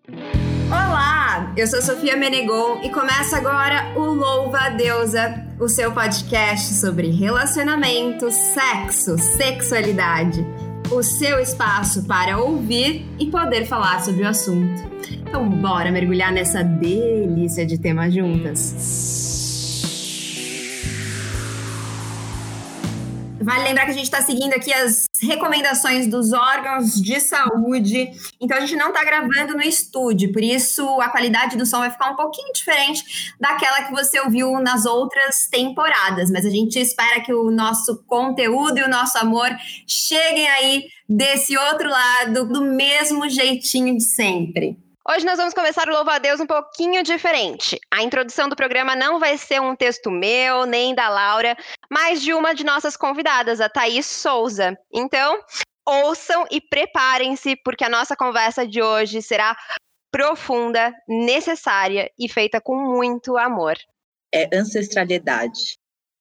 Olá, eu sou Sofia Menegon e começa agora o Louva a Deusa, o seu podcast sobre relacionamento, sexo, sexualidade. O seu espaço para ouvir e poder falar sobre o assunto. Então bora mergulhar nessa delícia de tema juntas. Vale lembrar que a gente está seguindo aqui as recomendações dos órgãos de saúde. Então, a gente não está gravando no estúdio, por isso a qualidade do som vai ficar um pouquinho diferente daquela que você ouviu nas outras temporadas. Mas a gente espera que o nosso conteúdo e o nosso amor cheguem aí desse outro lado, do mesmo jeitinho de sempre. Hoje nós vamos começar o Louva a Deus um pouquinho diferente. A introdução do programa não vai ser um texto meu, nem da Laura, mas de uma de nossas convidadas, a Thaís Souza. Então, ouçam e preparem-se, porque a nossa conversa de hoje será profunda, necessária e feita com muito amor. É ancestralidade,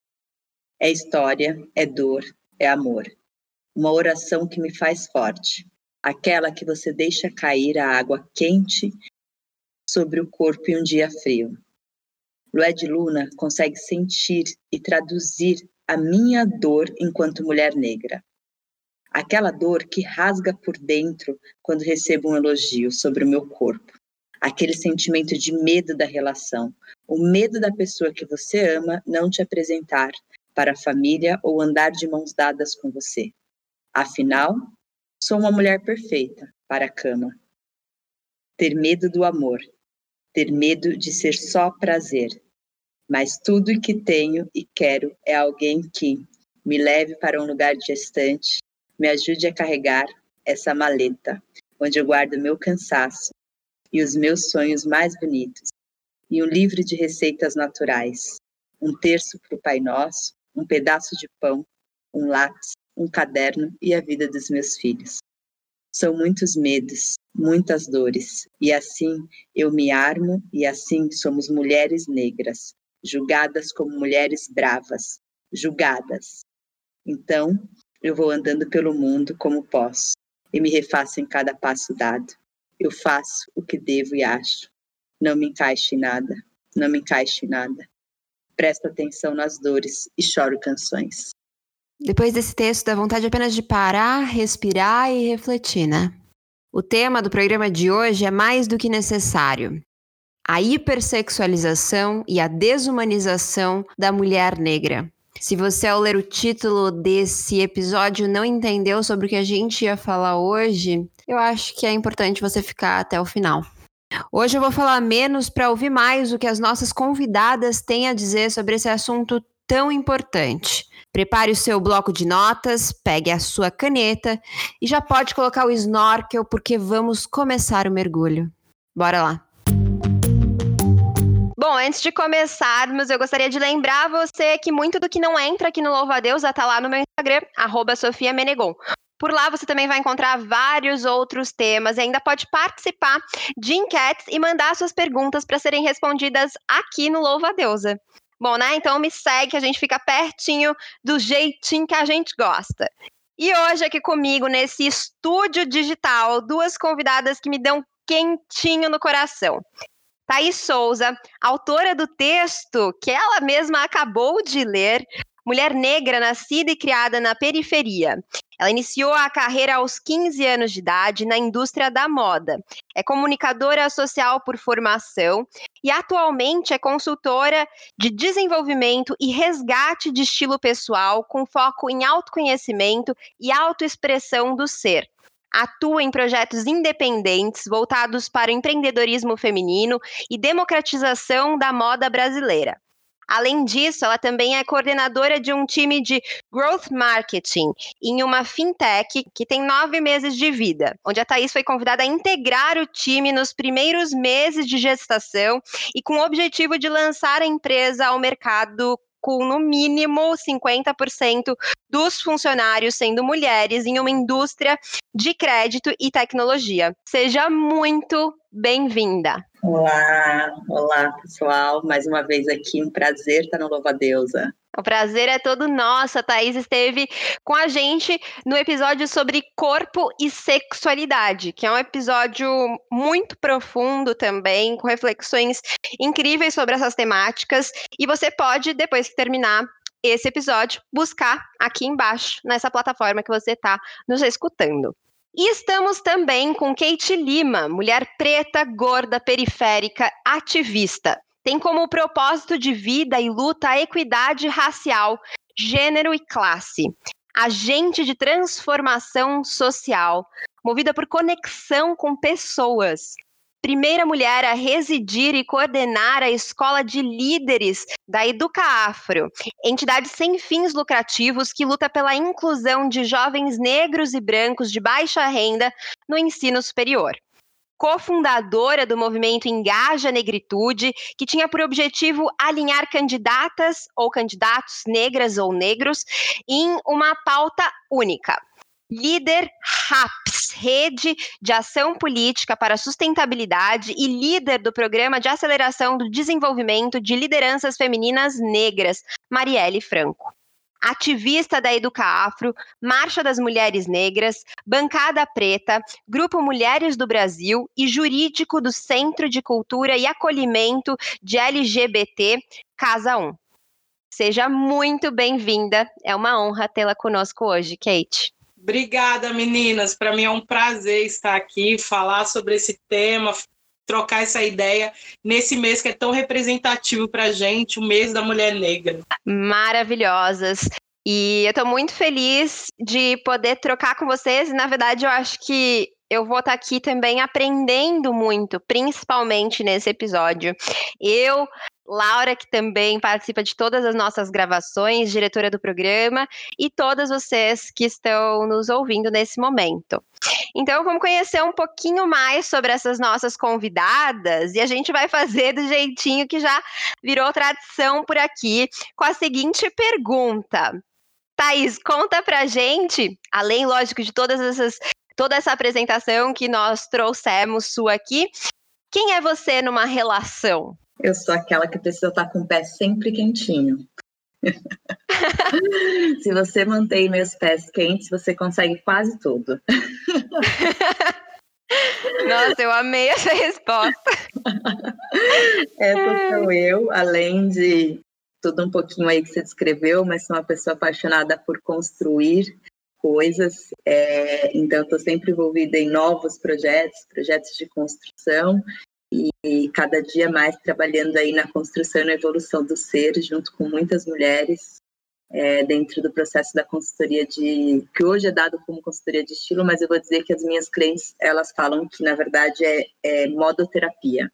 é história, é dor, é amor. Uma oração que me faz forte. Aquela que você deixa cair a água quente sobre o corpo em um dia frio. Lué de Luna consegue sentir e traduzir a minha dor enquanto mulher negra. Aquela dor que rasga por dentro quando recebo um elogio sobre o meu corpo. Aquele sentimento de medo da relação. O medo da pessoa que você ama não te apresentar para a família ou andar de mãos dadas com você. Afinal, sou uma mulher perfeita para a cama. Ter medo do amor. Ter medo de ser só prazer. Mas tudo que tenho e quero é alguém que me leve para um lugar distante, me ajude a carregar essa maleta, onde eu guardo meu cansaço e os meus sonhos mais bonitos. E um livro de receitas naturais. Um terço para o Pai Nosso, um pedaço de pão, um lápis, um caderno e a vida dos meus filhos. São muitos medos, muitas dores, e assim eu me armo e assim somos mulheres negras, julgadas como mulheres bravas, julgadas. Então, eu vou andando pelo mundo como posso, e me refaço em cada passo dado. Eu faço o que devo e acho. Não me encaixe em nada, não me encaixe em nada. Presto atenção nas dores e choro canções. Depois desse texto, dá vontade apenas de parar, respirar e refletir, né? O tema do programa de hoje é mais do que necessário. A hipersexualização e a desumanização da mulher negra. Se você, ao ler o título desse episódio, não entendeu sobre o que a gente ia falar hoje, eu acho que é importante você ficar até o final. Hoje eu vou falar menos para ouvir mais o que as nossas convidadas têm a dizer sobre esse assunto tão importante. Prepare o seu bloco de notas, pegue a sua caneta e já pode colocar o snorkel porque vamos começar o mergulho. Bora lá! Bom, antes de começarmos, eu gostaria de lembrar você que muito do que não entra aqui no Louva a Deus está lá no meu Instagram, @SofiaMenegon. Por lá você também vai encontrar vários outros temas e ainda pode participar de enquetes e mandar suas perguntas para serem respondidas aqui no Louva a Deusa. Bom, né? Então me segue que a gente fica pertinho do jeitinho que a gente gosta. E hoje aqui comigo, nesse estúdio digital, duas convidadas que me dão quentinho no coração. Thaís Souza, autora do texto que ela mesma acabou de ler, Mulher Negra Nascida e Criada na Periferia. Ela iniciou a carreira aos 15 anos de idade na indústria da moda. É comunicadora social por formação e atualmente é consultora de desenvolvimento e resgate de estilo pessoal com foco em autoconhecimento e autoexpressão do ser. Atua em projetos independentes voltados para o empreendedorismo feminino e democratização da moda brasileira. Além disso, ela também é coordenadora de um time de Growth Marketing em uma fintech que tem 9 meses de vida, onde a Thaís foi convidada a integrar o time nos primeiros meses de gestação e com o objetivo de lançar a empresa ao mercado com, no mínimo, 50% dos funcionários sendo mulheres em uma indústria de crédito e tecnologia. Seja muito bem-vinda. Olá, pessoal. Mais uma vez aqui, um prazer estar no Louva a Deusa. O prazer é todo nosso. A Thaís esteve com a gente no episódio sobre corpo e sexualidade, que é um episódio muito profundo também, com reflexões incríveis sobre essas temáticas. E você pode, depois que terminar esse episódio, buscar aqui embaixo, nessa plataforma que você está nos escutando. E estamos também com Kate Lima, mulher preta, gorda, periférica, ativista. Tem como propósito de vida e luta a equidade racial, gênero e classe. Agente de transformação social, movida por conexão com pessoas. Primeira mulher a residir e coordenar a Escola de Líderes da Educaafro, entidade sem fins lucrativos que luta pela inclusão de jovens negros e brancos de baixa renda no ensino superior. Cofundadora do movimento Engaja Negritude, que tinha por objetivo alinhar candidatas ou candidatos negras ou negros em uma pauta única. Líder RAPS, Rede de Ação Política para a Sustentabilidade, e líder do Programa de Aceleração do Desenvolvimento de Lideranças Femininas Negras, Marielle Franco. Ativista da Educaafro, Marcha das Mulheres Negras, Bancada Preta, Grupo Mulheres do Brasil e jurídico do Centro de Cultura e Acolhimento de LGBT, Casa 1. Seja muito bem-vinda, é uma honra tê-la conosco hoje, Kate. Obrigada, meninas. Para mim é um prazer estar aqui, falar sobre esse tema, trocar essa ideia nesse mês que é tão representativo para a gente, o mês da mulher negra. Maravilhosas. E eu estou muito feliz de poder trocar com vocês. E, na verdade, eu acho que eu vou estar aqui também aprendendo muito, principalmente nesse episódio. Eu, Laura, que também participa de todas as nossas gravações, diretora do programa, e todas vocês que estão nos ouvindo nesse momento. Então, vamos conhecer um pouquinho mais sobre essas nossas convidadas, e a gente vai fazer do jeitinho que já virou tradição por aqui, com a seguinte pergunta. Thaís, conta pra gente, além, lógico, de toda essa apresentação que nós trouxemos sua aqui, quem é você numa relação? Eu sou aquela que precisa estar com o pé sempre quentinho. Se você mantém meus pés quentes, você consegue quase tudo. Nossa, eu amei essa resposta. Essa sou eu, além de tudo um pouquinho aí que você descreveu, mas sou uma pessoa apaixonada por construir coisas, então estou sempre envolvida em novos projetos de construção, e cada dia mais trabalhando aí na construção e na evolução do ser, junto com muitas mulheres, dentro do processo da consultoria que hoje é dado como consultoria de estilo, mas eu vou dizer que as minhas clientes, elas falam que, na verdade, é modoterapia.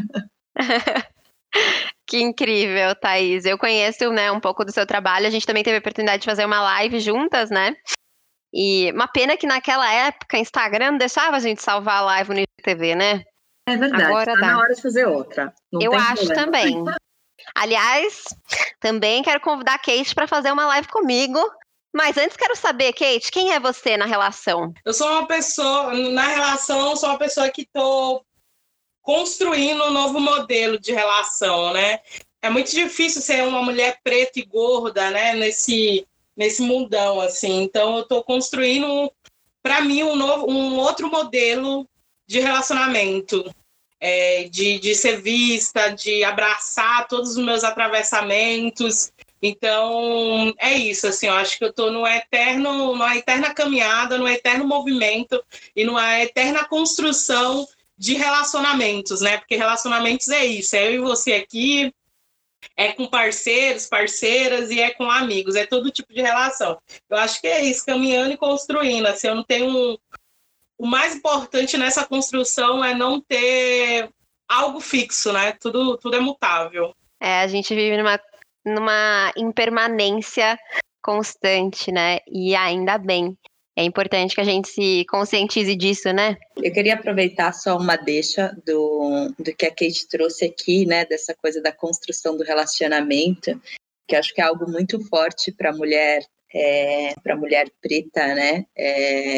Que incrível, Thaís. Eu conheço, né, um pouco do seu trabalho, a gente também teve a oportunidade de fazer uma live juntas, né? E uma pena que naquela época, Instagram não deixava a gente salvar a live no IGTV, né? É verdade, agora tá dá. na hora de fazer outra. Eu acho também. Aliás, também quero convidar a Kate para fazer uma live comigo. Mas antes quero saber, Kate, quem é você na relação? Eu sou uma pessoa, na relação, sou uma pessoa que estou construindo um novo modelo de relação, né? É muito difícil ser uma mulher preta e gorda, né? Nesse mundão, assim. Então, eu estou construindo, para mim, um outro modelo de relacionamento, de ser vista, de abraçar todos os meus atravessamentos. Então, é isso, assim, eu acho que eu estou numa eterna caminhada, num eterno movimento e numa eterna construção de relacionamentos, né? Porque relacionamentos é isso, é eu e você aqui, é com parceiros, parceiras e é com amigos, é todo tipo de relação. Eu acho que é isso, caminhando e construindo, assim, eu não tenho... O mais importante nessa construção é não ter algo fixo, né? Tudo é mutável. A gente vive numa impermanência constante, né? E ainda bem. É importante que a gente se conscientize disso, né? Eu queria aproveitar só uma deixa do que a Kate trouxe aqui, né? Dessa coisa da construção do relacionamento, que acho que é algo muito forte para a mulher preta, né?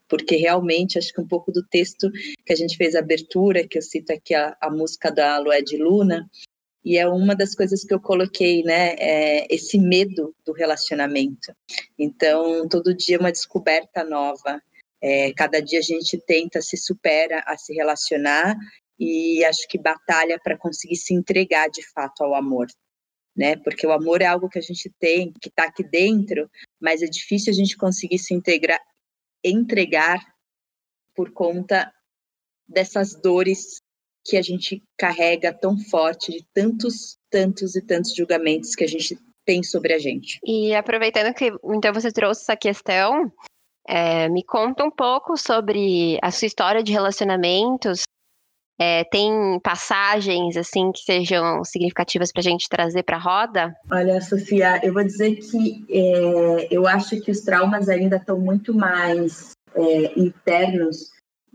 porque realmente acho que um pouco do texto que a gente fez a abertura, que eu cito aqui a música da Lued Luna, e é uma das coisas que eu coloquei, né, esse medo do relacionamento. Então, todo dia é uma descoberta nova, cada dia a gente tenta, se supera a se relacionar, e acho que batalha para conseguir se entregar de fato ao amor, né? Porque o amor é algo que a gente tem, que está aqui dentro, mas é difícil a gente conseguir se entregar por conta dessas dores que a gente carrega tão forte, de tantos e tantos julgamentos que a gente tem sobre a gente. E aproveitando que então você trouxe essa questão, me conta um pouco sobre a sua história de relacionamentos. Tem passagens assim que sejam significativas para a gente trazer para a roda? Olha, Sofia, eu vou dizer que eu acho que os traumas ainda estão muito mais internos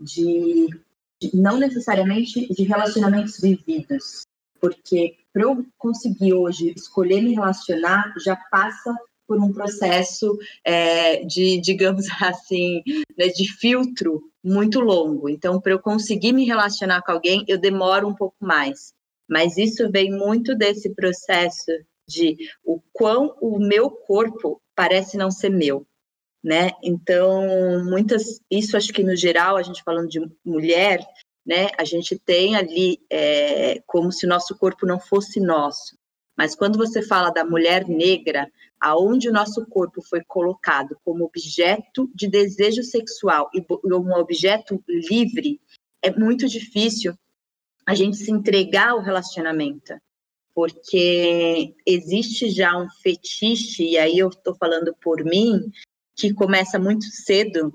não necessariamente de relacionamentos vividos, porque para eu conseguir hoje escolher me relacionar, já passa por um processo de, digamos assim, né, de filtro muito longo. Então, para eu conseguir me relacionar com alguém, eu demoro um pouco mais. Mas isso vem muito desse processo de o quão o meu corpo parece não ser meu, né? Então, isso acho que no geral, a gente falando de mulher, né, a gente tem ali como se o nosso corpo não fosse nosso. Mas quando você fala da mulher negra, aonde o nosso corpo foi colocado como objeto de desejo sexual e um objeto livre, é muito difícil a gente se entregar ao relacionamento, porque existe já um fetiche, e aí eu estou falando por mim, que começa muito cedo,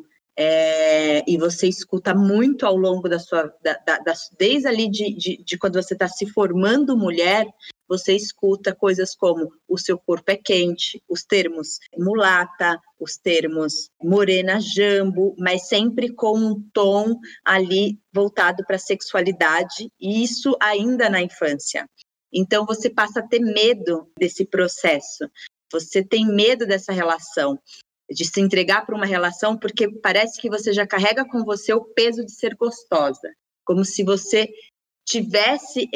e você escuta muito ao longo da sua... desde ali de quando você está se formando mulher, você escuta coisas como o seu corpo é quente, os termos mulata, os termos morena jambo, mas sempre com um tom ali voltado para a sexualidade, e isso ainda na infância. Então você passa a ter medo desse processo, você tem medo dessa relação, de se entregar para uma relação, porque parece que você já carrega com você o peso de ser gostosa, como se você tivesse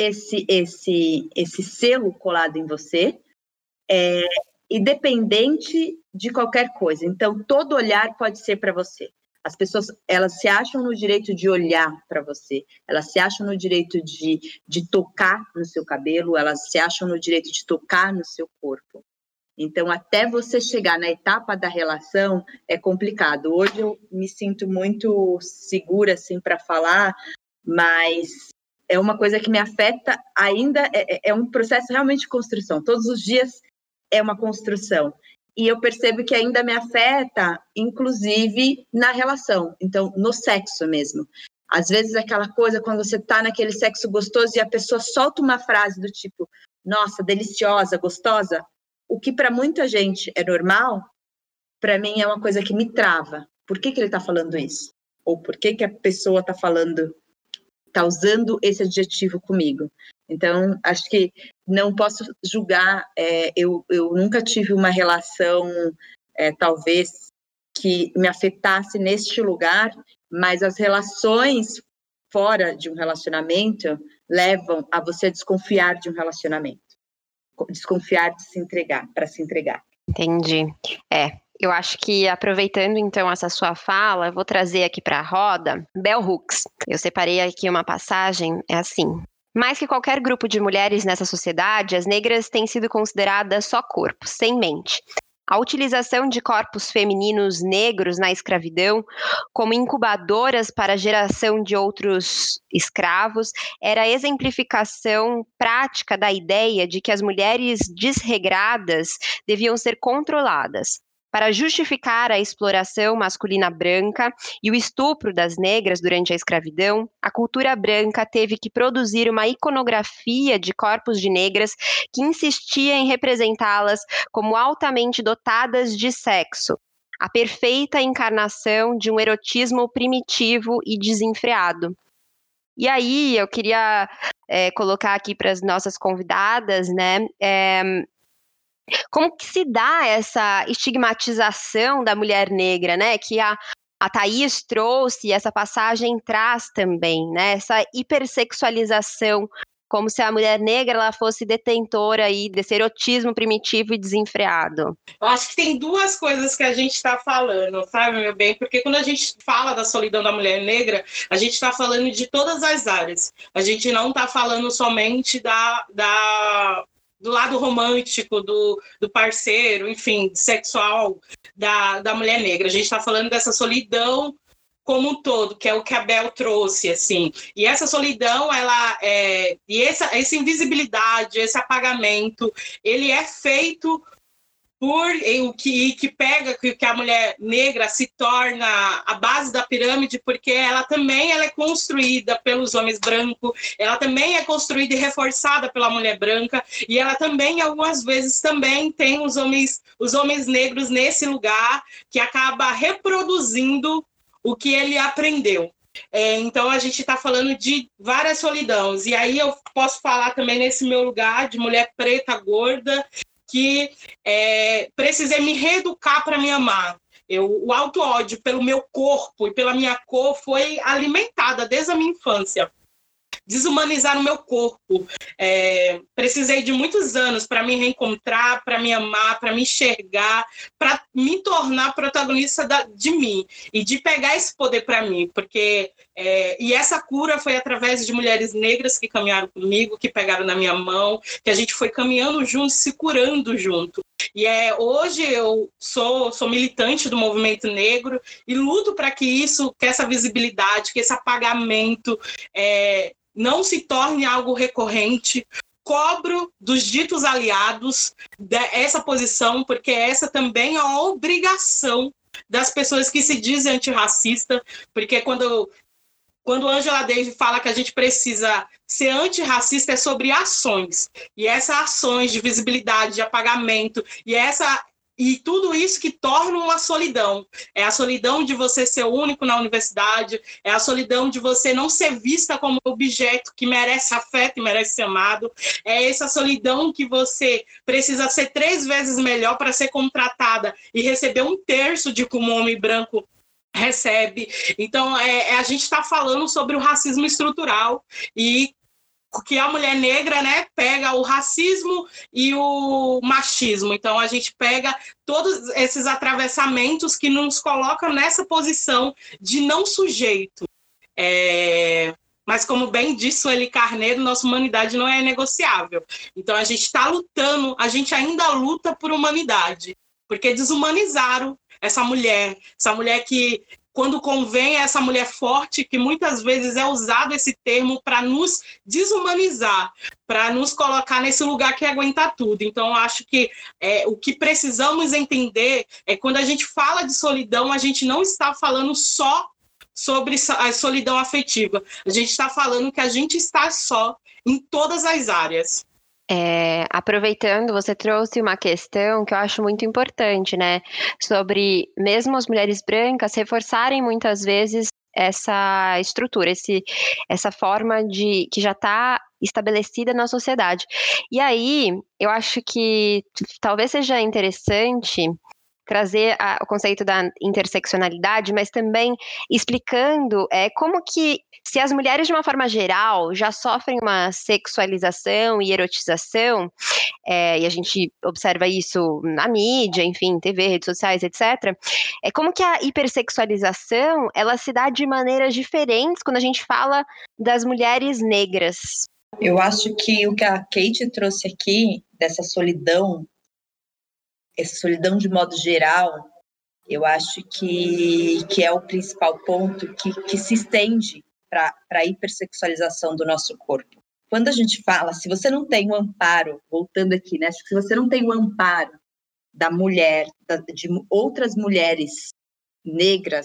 esse selo colado em você, independente de qualquer coisa. Então, todo olhar pode ser para você. As pessoas, elas se acham no direito de olhar para você, elas se acham no direito de tocar no seu cabelo, elas se acham no direito de tocar no seu corpo. Então, até você chegar na etapa da relação, é complicado. Hoje eu me sinto muito segura, assim, para falar, mas é uma coisa que me afeta ainda, é um processo realmente de construção. Todos os dias é uma construção. E eu percebo que ainda me afeta, inclusive, na relação. Então, no sexo mesmo. Às vezes, aquela coisa, quando você está naquele sexo gostoso e a pessoa solta uma frase do tipo, nossa, deliciosa, gostosa, o que para muita gente é normal, para mim é uma coisa que me trava. Por que ele está falando isso? Ou por que a pessoa está usando esse adjetivo comigo? Então, acho que não posso julgar. Eu nunca tive uma relação, talvez, que me afetasse neste lugar, mas as relações fora de um relacionamento levam a você desconfiar de um relacionamento. Desconfiar de se entregar, para se entregar. Entendi. Eu acho que aproveitando então essa sua fala, eu vou trazer aqui para a roda Bell Hooks. Eu separei aqui uma passagem, é assim: mais que qualquer grupo de mulheres nessa sociedade, as negras têm sido consideradas só corpo, sem mente. A utilização de corpos femininos negros na escravidão como incubadoras para a geração de outros escravos era a exemplificação prática da ideia de que as mulheres desregradas deviam ser controladas. Para justificar a exploração masculina branca e o estupro das negras durante a escravidão, a cultura branca teve que produzir uma iconografia de corpos de negras que insistia em representá-las como altamente dotadas de sexo, a perfeita encarnação de um erotismo primitivo e desenfreado. E aí, eu queria colocar aqui para as nossas convidadas, né? Como que se dá essa estigmatização da mulher negra, né? Que a Thaís trouxe, essa passagem traz também, né? Essa hipersexualização, como se a mulher negra ela fosse detentora aí desse erotismo primitivo e desenfreado. Eu acho que tem duas coisas que a gente está falando, sabe, meu bem? Porque quando a gente fala da solidão da mulher negra, a gente está falando de todas as áreas. A gente não está falando somente do lado romântico, do parceiro, enfim, sexual da mulher negra. A gente está falando dessa solidão como um todo, que é o que a Bel trouxe, assim. E essa solidão, essa invisibilidade, esse apagamento, ele é feito por que a mulher negra se torna a base da pirâmide, porque ela é construída pelos homens brancos, ela também é construída e reforçada pela mulher branca, e ela também, algumas vezes, também tem os homens negros nesse lugar, que acaba reproduzindo o que ele aprendeu. Então, a gente está falando de várias solidões. E aí eu posso falar também nesse meu lugar de mulher preta, gorda, que precisei me reeducar para me amar. O auto-ódio pelo meu corpo e pela minha cor foi alimentada desde a minha infância. Desumanizar o meu corpo. Precisei de muitos anos para me reencontrar, para me amar, para me enxergar, para me tornar protagonista de mim e de pegar esse poder para mim, porque e essa cura foi através de mulheres negras que caminharam comigo, que pegaram na minha mão, que a gente foi caminhando junto, se curando junto. E hoje eu sou militante do movimento negro e luto para que essa visibilidade, que esse apagamento não se torne algo recorrente. Cobro dos ditos aliados essa posição, porque essa também é uma obrigação das pessoas que se dizem antirracista, porque quando Angela Davis fala que a gente precisa ser antirracista, é sobre ações. E essas ações de visibilidade, de apagamento, e tudo isso que torna uma solidão. É a solidão de você ser o único na universidade, é a solidão de você não ser vista como objeto que merece afeto e merece ser amado, é essa solidão que você precisa ser 3 vezes melhor para ser contratada e receber 1/3 de como um homem branco recebe. Então, a gente está falando sobre o racismo estrutural e que a mulher negra, né, pega o racismo e o machismo. Então, a gente pega todos esses atravessamentos que nos colocam nessa posição de não sujeito. Mas, como bem disse o Eli Carneiro, nossa humanidade não é negociável. Então, a gente está lutando, a gente ainda luta por humanidade, porque desumanizaram essa mulher que, quando convém, é essa mulher forte, que muitas vezes é usado esse termo para nos desumanizar, para nos colocar nesse lugar que aguenta tudo. Então, eu acho que o que precisamos entender é quando a gente fala de solidão, a gente não está falando só sobre a solidão afetiva. A gente está falando que a gente está só em todas as áreas. Aproveitando, você trouxe uma questão que eu acho muito importante, né? Sobre mesmo as mulheres brancas reforçarem muitas vezes essa estrutura, essa forma que já está estabelecida na sociedade. E aí, eu acho que talvez seja interessante trazer o conceito da interseccionalidade, mas também explicando como que, se as mulheres, de uma forma geral, já sofrem uma sexualização e erotização, e a gente observa isso na mídia, enfim, TV, redes sociais, etc., como que a hipersexualização, ela se dá de maneiras diferentes quando a gente fala das mulheres negras. Eu acho que o que a Kate trouxe aqui, dessa solidão, essa solidão de modo geral, eu acho que é o principal ponto que se estende para a hipersexualização do nosso corpo. Quando a gente fala, se você não tem o amparo, voltando aqui, né? Se você não tem o amparo da mulher, de outras mulheres negras,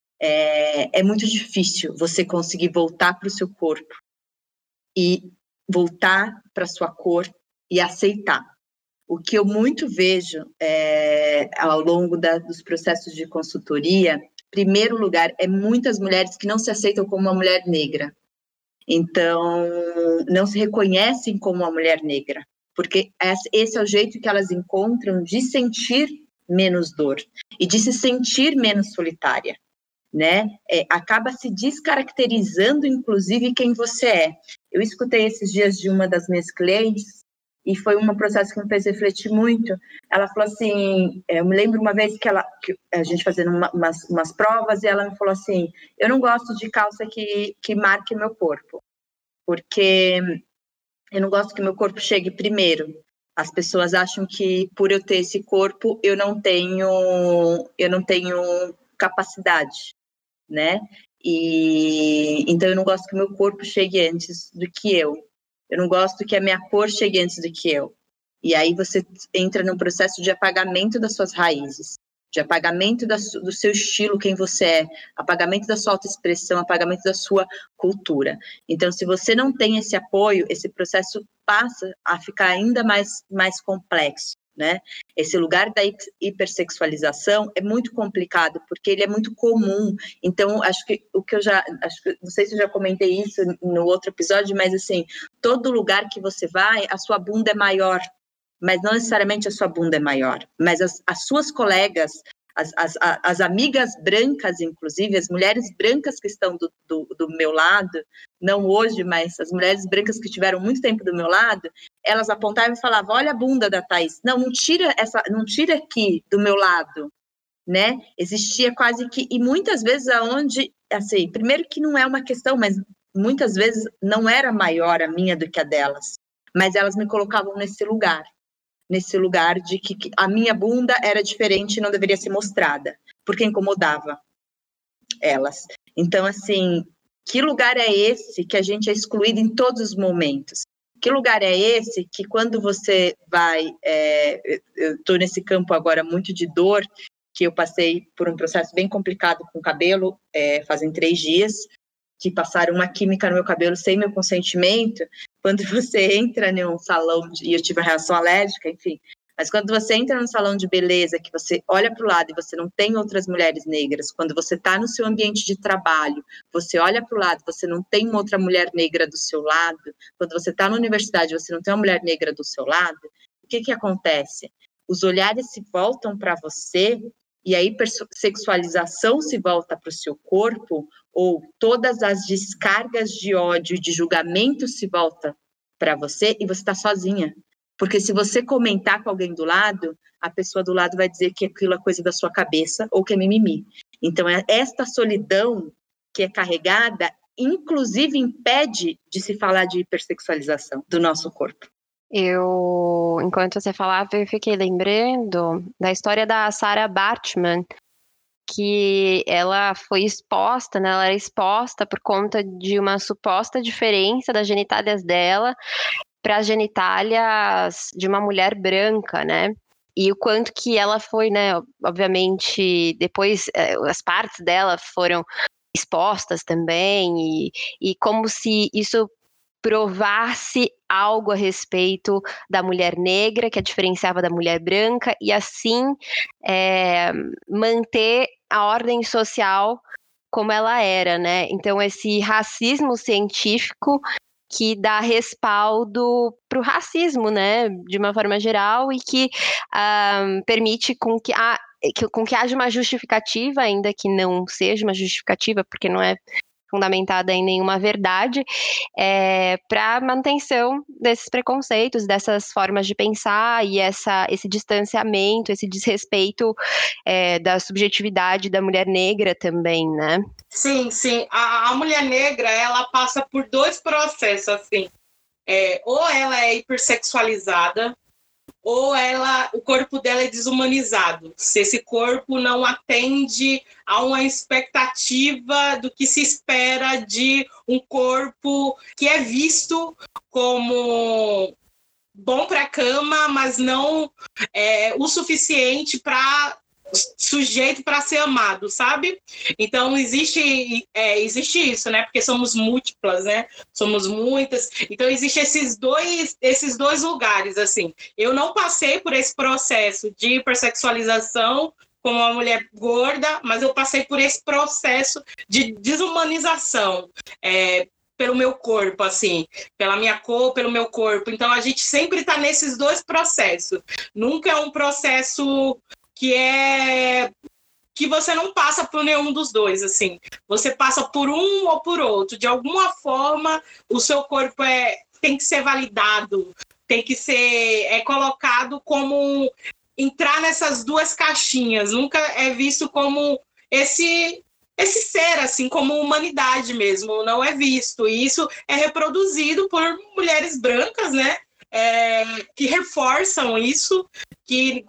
é muito difícil você conseguir voltar para o seu corpo e voltar para a sua cor e aceitar. O que eu muito vejo ao longo dos processos de consultoria, em primeiro lugar, é muitas mulheres que não se aceitam como uma mulher negra. Então, não se reconhecem como uma mulher negra, porque esse é o jeito que elas encontram de sentir menos dor e de se sentir menos solitária. né? Acaba se descaracterizando, inclusive, quem você é. Eu escutei esses dias de uma das minhas clientes, e foi um processo que me fez refletir muito. Ela falou assim, eu me lembro uma vez que a gente fazendo umas provas, e ela me falou assim, eu não gosto de calça que marque meu corpo, porque eu não gosto que meu corpo chegue primeiro. As pessoas acham que por eu ter esse corpo, eu não tenho capacidade, né? E então eu não gosto que meu corpo chegue antes do que eu. Eu não gosto que a minha cor chegue antes do que eu. E aí você entra num processo de apagamento das suas raízes, de apagamento do seu estilo, quem você é, apagamento da sua autoexpressão, apagamento da sua cultura. Então, se você não tem esse apoio, esse processo passa a ficar ainda mais complexo, né? Esse lugar da hipersexualização é muito complicado, porque ele é muito comum. Então, acho que não sei se eu já comentei isso no outro episódio, mas assim, todo lugar que você vai, a sua bunda é maior, mas não necessariamente a sua bunda é maior, mas as suas colegas, as amigas brancas, inclusive, as mulheres brancas que estão do meu lado, não hoje, mas as mulheres brancas que tiveram muito tempo do meu lado, elas apontavam e falavam, olha a bunda da Thaís, não tira aqui do meu lado, né? Existia quase que, e muitas vezes aonde, assim, primeiro que não é uma questão, mas muitas vezes não era maior a minha do que a delas, mas elas me colocavam nesse lugar de que a minha bunda era diferente e não deveria ser mostrada, porque incomodava elas. Então, assim, que lugar é esse que a gente é excluído em todos os momentos? Que lugar é esse que quando você vai... eu estou nesse campo agora muito de dor, que eu passei por um processo bem complicado com o cabelo, fazem 3 dias, que passaram uma química no meu cabelo sem meu consentimento. Quando você entra em um salão, e eu tive uma reação alérgica, enfim, mas quando você entra num salão de beleza, que você olha para o lado e você não tem outras mulheres negras, quando você está no seu ambiente de trabalho, você olha para o lado, você não tem uma outra mulher negra do seu lado, quando você está na universidade, você não tem uma mulher negra do seu lado, o que acontece? Os olhares se voltam para você, e a hipersexualização se volta para o seu corpo, ou todas as descargas de ódio e de julgamento se voltam para você, e você está sozinha. Porque se você comentar com alguém do lado, a pessoa do lado vai dizer que aquilo é coisa da sua cabeça, ou que é mimimi. Então, esta solidão que é carregada, inclusive impede de se falar de hipersexualização do nosso corpo. Enquanto você falava, eu fiquei lembrando da história da Sarah Baartman, que ela foi exposta, né? Ela era exposta por conta de uma suposta diferença das genitálias dela para as genitálias de uma mulher branca, né? E o quanto que ela foi, né? Obviamente, depois as partes dela foram expostas também, e como se isso provasse algo a respeito da mulher negra, que a diferenciava da mulher branca, e assim manter a ordem social como ela era, né? Então, esse racismo científico que dá respaldo para o racismo, né? De uma forma geral, e que permite com que haja uma justificativa, ainda que não seja uma justificativa, porque não é fundamentada em nenhuma verdade, para a manutenção desses preconceitos, dessas formas de pensar e esse distanciamento, esse desrespeito da subjetividade da mulher negra também, né? Sim, sim. A mulher negra, ela passa por 2 processos, assim. Ou ela é hipersexualizada, ou o corpo dela é desumanizado, se esse corpo não atende a uma expectativa do que se espera de um corpo que é visto como bom para a cama, mas não o suficiente para sujeito para ser amado, sabe? Então existe isso, né? Porque somos múltiplas, né? Somos muitas. Então existe esses dois lugares, assim. Eu não passei por esse processo de hipersexualização como uma mulher gorda, mas eu passei por esse processo de desumanização. Pelo meu corpo, assim, pela minha cor, pelo meu corpo. Então a gente sempre está nesses 2 processos. Nunca é um processo que que você não passa por nenhum dos dois, assim. Você passa por um ou por outro. De alguma forma, o seu corpo tem que ser validado, tem que ser colocado como entrar nessas duas caixinhas. Nunca é visto como esse ser, assim, como humanidade mesmo, não é visto. E isso é reproduzido por mulheres brancas, né? Que reforçam isso, que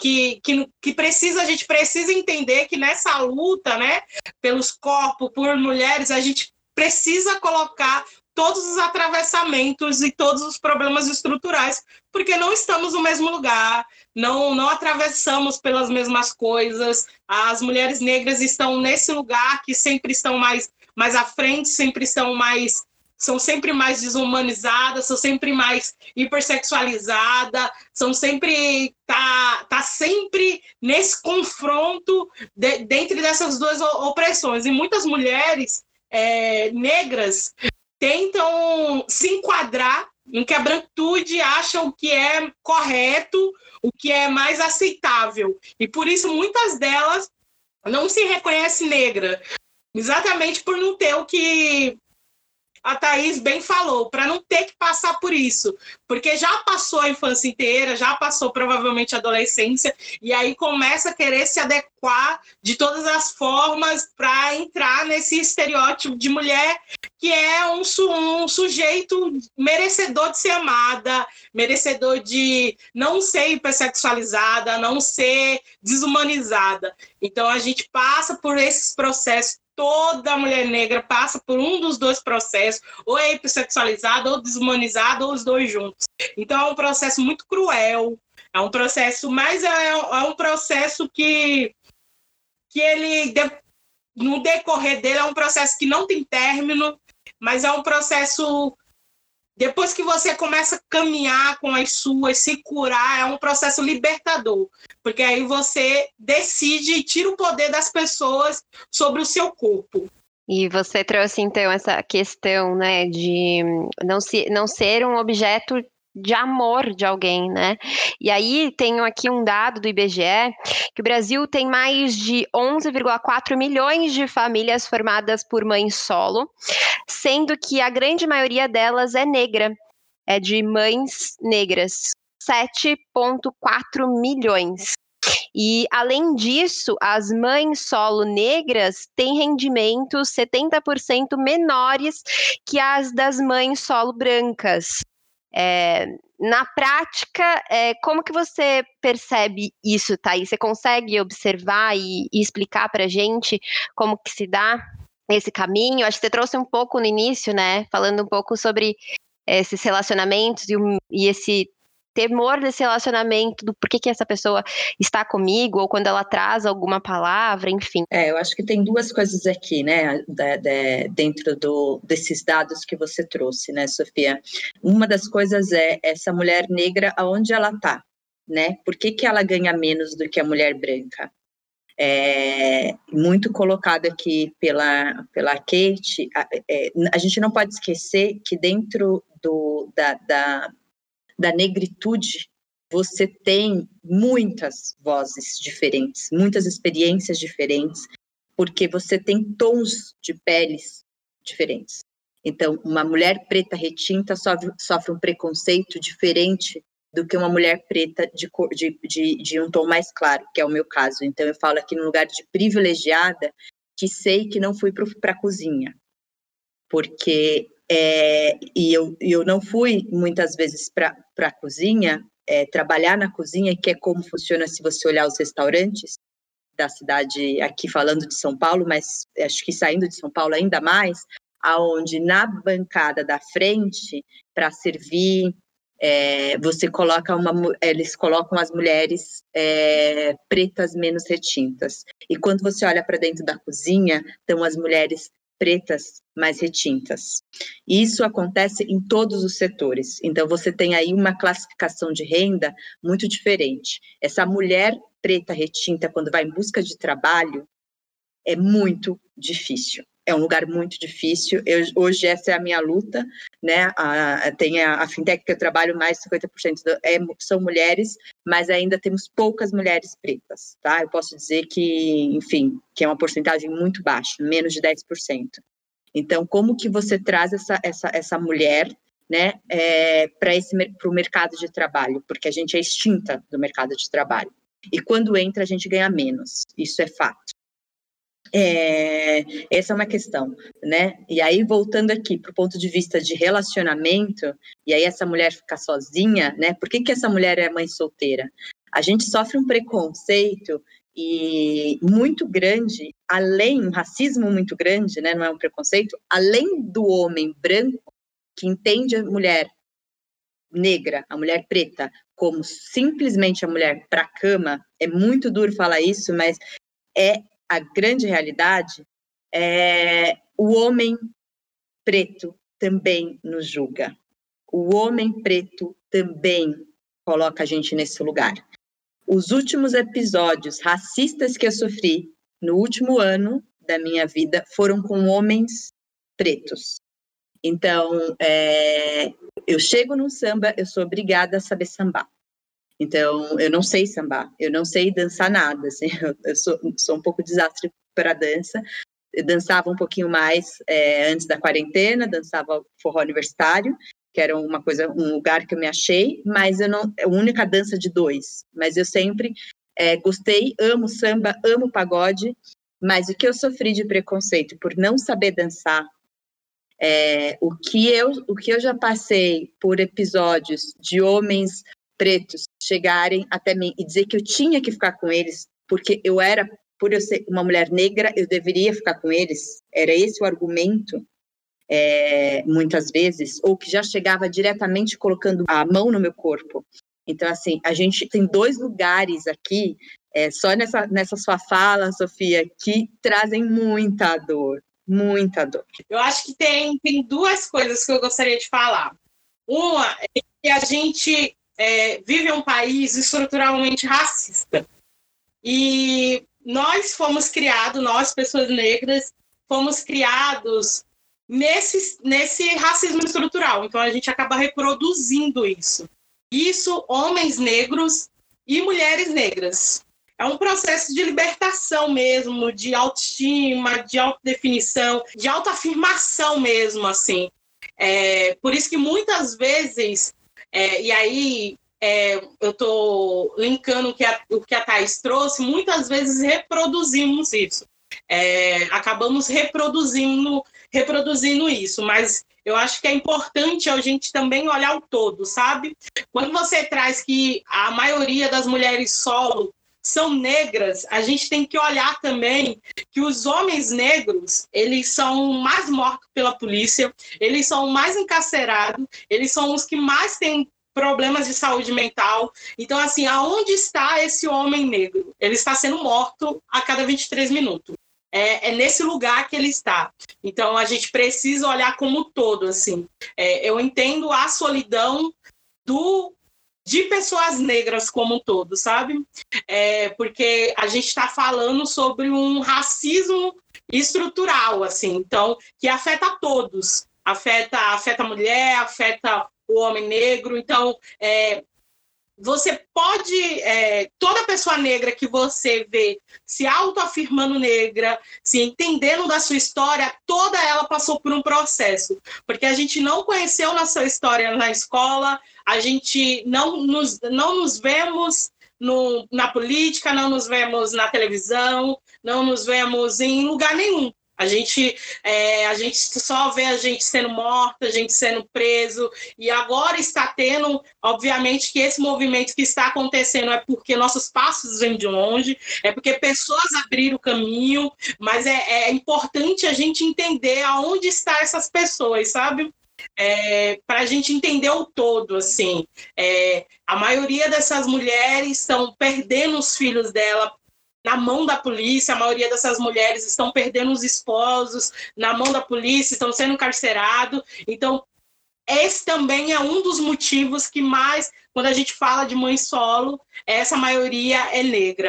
a gente precisa entender que nessa luta, né, pelos corpos, por mulheres, a gente precisa colocar todos os atravessamentos e todos os problemas estruturais, porque não estamos no mesmo lugar, não atravessamos pelas mesmas coisas. As mulheres negras estão nesse lugar que sempre estão mais à frente, são sempre mais desumanizadas, são sempre mais hipersexualizadas, são sempre tá sempre nesse confronto dentro dessas duas opressões. E muitas mulheres negras tentam se enquadrar em que a branquitude acham o que é correto, o que é mais aceitável. E por isso muitas delas não se reconhecem negra, exatamente por não ter o que a Thaís bem falou, para não ter que passar por isso, porque já passou a infância inteira, já passou provavelmente a adolescência, e aí começa a querer se adequar de todas as formas para entrar nesse estereótipo de mulher que é um sujeito merecedor de ser amada, merecedor de não ser hipersexualizada, não ser desumanizada. Então a gente passa por esses processos. Toda mulher negra passa por um dos dois processos, ou é hipersexualizada, ou desumanizada, ou os dois juntos. Então é um processo muito cruel, é um processo, mas é um processo que ele, no decorrer dele, é um processo que não tem término, mas é um processo, depois que você começa a caminhar com as suas, se curar, é um processo libertador, porque aí você decide e tira o poder das pessoas sobre o seu corpo. E você trouxe, então, essa questão, né, de não ser um objeto de amor de alguém, né? E aí tenho aqui um dado do IBGE, que o Brasil tem mais de 11,4 milhões de famílias formadas por mães solo, sendo que a grande maioria delas é negra, é de mães negras, 7,4 milhões. E, além disso, as mães solo negras têm rendimentos 70% menores que as das mães solo brancas. Na prática, como que você percebe isso, Thaís? Você consegue observar e explicar para a gente como que se dá esse caminho? Acho que você trouxe um pouco no início, né? Falando um pouco sobre esses relacionamentos e esse temor desse relacionamento, do porquê que essa pessoa está comigo, ou quando ela traz alguma palavra, enfim. Eu acho que tem duas coisas aqui, né, dentro desses dados que você trouxe, né, Sofia? Uma das coisas é essa mulher negra, aonde ela está, né? Por que ela ganha menos do que a mulher branca? Muito colocado aqui pela Kate, a gente não pode esquecer que dentro da negritude, você tem muitas vozes diferentes, muitas experiências diferentes, porque você tem tons de peles diferentes. Então, uma mulher preta retinta sofre um preconceito diferente do que uma mulher preta de um tom mais claro, que é o meu caso. Então, eu falo aqui no lugar de privilegiada, que sei que não fui para a cozinha, porque... e eu não fui muitas vezes para a cozinha, trabalhar na cozinha, que é como funciona se você olhar os restaurantes da cidade, aqui falando de São Paulo, mas acho que saindo de São Paulo ainda mais, aonde na bancada da frente, para servir, eles colocam as mulheres pretas menos retintas. E quando você olha para dentro da cozinha, estão as mulheres pretas mais retintas. Isso acontece em todos os setores. Então, você tem aí uma classificação de renda muito diferente. Essa mulher preta retinta, quando vai em busca de trabalho, é muito difícil. é um lugar muito difícil. Hoje essa é a minha luta, né? Tem a fintech que eu trabalho, mais de 50% são mulheres, mas ainda temos poucas mulheres pretas, tá? Eu posso dizer que, enfim, que é uma porcentagem muito baixa, menos de 10%. Então, como que você traz essa mulher, né, para o mercado de trabalho? Porque a gente é extinta do mercado de trabalho. E quando entra, a gente ganha menos. Isso é fato. Essa é uma questão, né? E aí, voltando aqui para o ponto de vista de relacionamento, e aí essa mulher fica sozinha, né? Por que essa mulher é mãe solteira? A gente sofre um preconceito e muito grande, um racismo muito grande, né? Não é um preconceito, além do homem branco que entende a mulher negra, a mulher preta, como simplesmente a mulher para a cama. É muito duro falar isso, mas a grande realidade. O homem preto também nos julga. O homem preto também coloca a gente nesse lugar. Os últimos episódios racistas que eu sofri no último ano da minha vida foram com homens pretos. Então, eu chego num samba, eu sou obrigada a saber sambar. Então, eu não sei sambar, eu não sei dançar nada, assim, eu sou um pouco desastre para dança. Eu dançava um pouquinho mais antes da quarentena, dançava forró universitário, que era um lugar que eu me achei, mas é a única dança de 2. Mas eu sempre gostei, amo samba, amo pagode, mas o que eu sofri de preconceito por não saber dançar, o que eu já passei por episódios de homens pretos chegarem até mim e dizer que eu tinha que ficar com eles, porque por eu ser uma mulher negra, eu deveria ficar com eles. Era esse o argumento, muitas vezes, ou que já chegava diretamente colocando a mão no meu corpo. Então, assim, a gente tem 2 lugares aqui, só nessa sua fala, Sofia, que trazem muita dor. Muita dor. Eu acho que tem 2 coisas que eu gostaria de falar. Uma é que a gente vive um país estruturalmente racista. E nós pessoas negras, fomos criados nesse racismo estrutural. Então, a gente acaba reproduzindo isso. Isso, homens negros e mulheres negras. É um processo de libertação mesmo, de autoestima, de autodefinição, de autoafirmação mesmo, assim. Por isso que muitas vezes, e aí eu estou linkando o que a Thaís trouxe, muitas vezes reproduzimos isso. Acabamos reproduzindo isso, mas eu acho que é importante a gente também olhar o todo, sabe? Quando você traz que a maioria das mulheres solo são negras, a gente tem que olhar também que os homens negros, eles são mais mortos pela polícia, eles são mais encarcerados, eles são os que mais têm problemas de saúde mental. Então, assim, aonde está esse homem negro? Ele está sendo morto a cada 23 minutos. É nesse lugar que ele está. Então, a gente precisa olhar como um todo, assim. Eu entendo a solidão de pessoas negras como um todo, sabe? Porque a gente está falando sobre um racismo estrutural, assim, então, que afeta a todos. Afeta a mulher, afeta o homem negro. Então, você pode... toda pessoa negra que você vê se autoafirmando negra, se entendendo da sua história, toda ela passou por um processo. Porque a gente não conheceu nossa história na escola, a gente não nos vemos na política, não nos vemos na televisão, não nos vemos em lugar nenhum. A gente só vê a gente sendo morta, a gente sendo preso, e agora está tendo, obviamente, que esse movimento que está acontecendo é porque nossos passos vêm de longe, é porque pessoas abriram o caminho, mas é importante a gente entender aonde estão essas pessoas, sabe? Para a gente entender o todo, assim. A maioria dessas mulheres estão perdendo os filhos dela na mão da polícia, a maioria dessas mulheres estão perdendo os esposos na mão da polícia, estão sendo encarcerados. Então, esse também é um dos motivos que mais, quando a gente fala de mãe solo, essa maioria é negra.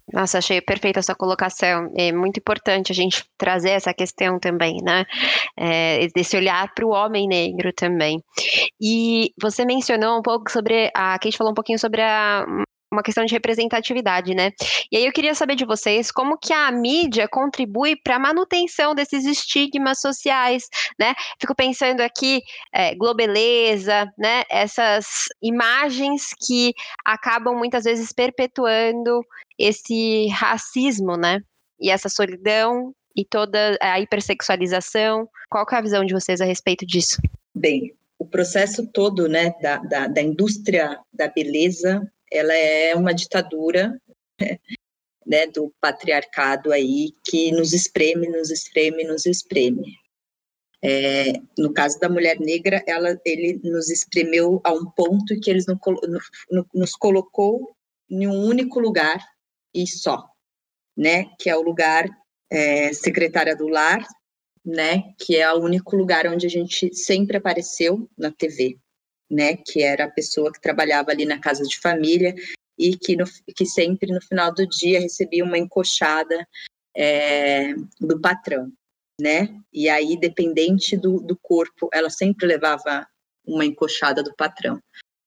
Nossa, achei perfeita a sua colocação. É muito importante a gente trazer essa questão também, né? Desse olhar para o homem negro também. E você mencionou um pouco sobre, a Kate falou um pouquinho sobre uma questão de representatividade, né? E aí eu queria saber de vocês como que a mídia contribui para a manutenção desses estigmas sociais, né? Fico pensando aqui, Globeleza, né? Essas imagens que acabam muitas vezes perpetuando esse racismo, né? E essa solidão e toda a hipersexualização. Qual que é a visão de vocês a respeito disso? Bem, o processo todo, né, da indústria da beleza, ela é uma ditadura, né, do patriarcado aí que nos espreme, nos espreme, nos espreme. No caso da mulher negra, ele nos espremeu a um ponto que ele nos colocou em um único lugar e só, né, que é o lugar secretária do lar, né, que é o único lugar onde a gente sempre apareceu na TV, né, que era a pessoa que trabalhava ali na casa de família e que sempre no final do dia recebia uma encoxada do patrão, né, e aí dependente do corpo, ela sempre levava uma encoxada do patrão.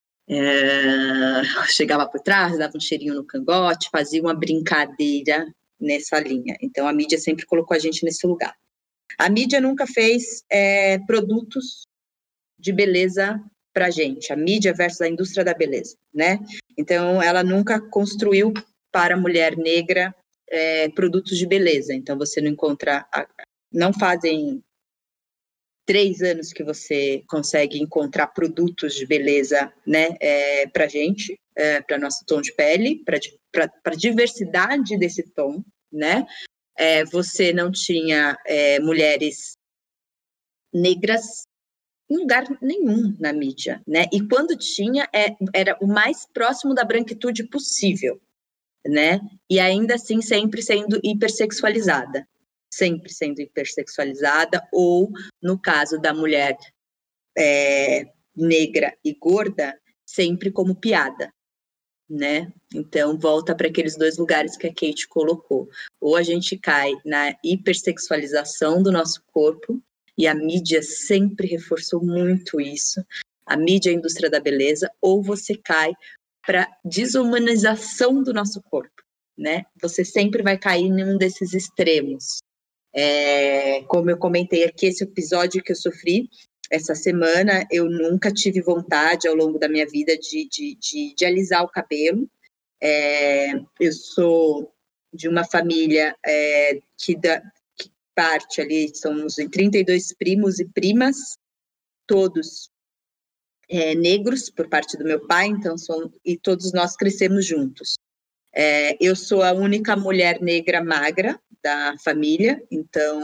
Chegava por trás, dava um cheirinho no cangote, fazia uma brincadeira nessa linha. Então a mídia sempre colocou a gente nesse lugar. A mídia nunca fez produtos de beleza para a gente, a mídia versus a indústria da beleza, né? Então, ela nunca construiu para a mulher negra produtos de beleza. Então, você não encontra... Não fazem 3 anos que você consegue encontrar produtos de beleza, né, para a gente, para nosso tom de pele, para a diversidade desse tom, né? Você não tinha mulheres negras em lugar nenhum na mídia, né? E quando tinha, era o mais próximo da branquitude possível, né? E ainda assim sempre sendo hipersexualizada. Sempre sendo hipersexualizada, ou, no caso da mulher negra e gorda, sempre como piada, né? Então, volta para aqueles 2 lugares que a Kate colocou. Ou a gente cai na hipersexualização do nosso corpo, e a mídia sempre reforçou muito isso, a mídia é a indústria da beleza, ou você cai para desumanização do nosso corpo, né? Você sempre vai cair em um desses extremos. Como eu comentei aqui, esse episódio que eu sofri essa semana, eu nunca tive vontade ao longo da minha vida de alisar o cabelo. Eu sou de uma família que parte ali, somos 32 primos e primas, todos negros por parte do meu pai, então e todos nós crescemos juntos. Eu sou a única mulher negra magra da família, então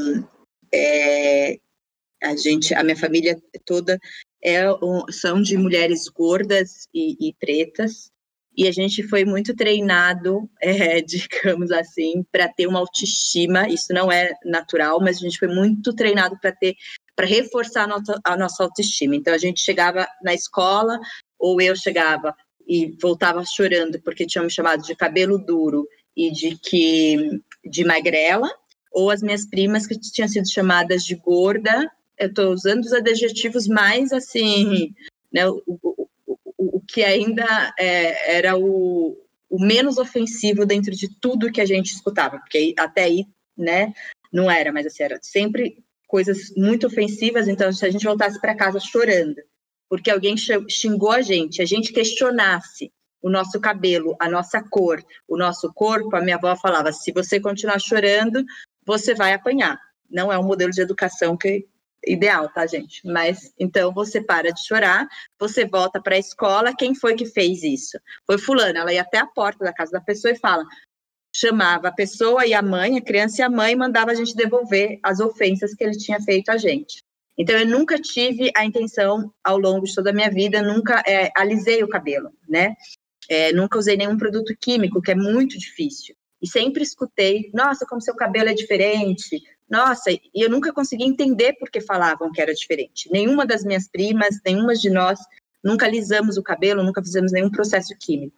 a minha família toda são de mulheres gordas e pretas, e a gente foi muito treinado, digamos assim, para ter uma autoestima. Isso não é natural, mas a gente foi muito treinado para reforçar a nossa autoestima. Então a gente chegava na escola, ou eu chegava e voltava chorando porque tinham me chamado de cabelo duro e de magrela, ou as minhas primas que tinham sido chamadas de gorda. Eu estou usando os adjetivos mais assim, né, o que ainda era o menos ofensivo dentro de tudo que a gente escutava, porque até aí, né, não era, mas assim, era sempre coisas muito ofensivas. Então, se a gente voltasse para casa chorando, porque alguém xingou a gente questionasse o nosso cabelo, a nossa cor, o nosso corpo, a minha avó falava: se você continuar chorando, você vai apanhar. Não é um modelo de educação ideal, tá, gente? Mas, então, você para de chorar, você volta para a escola. Quem foi que fez isso? Foi fulana. Ela ia até a porta da casa da pessoa e chamava a pessoa e a mãe, a criança e a mãe, mandava a gente devolver as ofensas que ele tinha feito a gente. Então, eu nunca tive a intenção, ao longo de toda a minha vida, nunca alisei o cabelo, né? Nunca usei nenhum produto químico, que é muito difícil. E sempre escutei: nossa, como seu cabelo é diferente. Nossa, e eu nunca consegui entender por que falavam que era diferente. Nenhuma das minhas primas, nenhuma de nós, nunca alisamos o cabelo, nunca fizemos nenhum processo químico.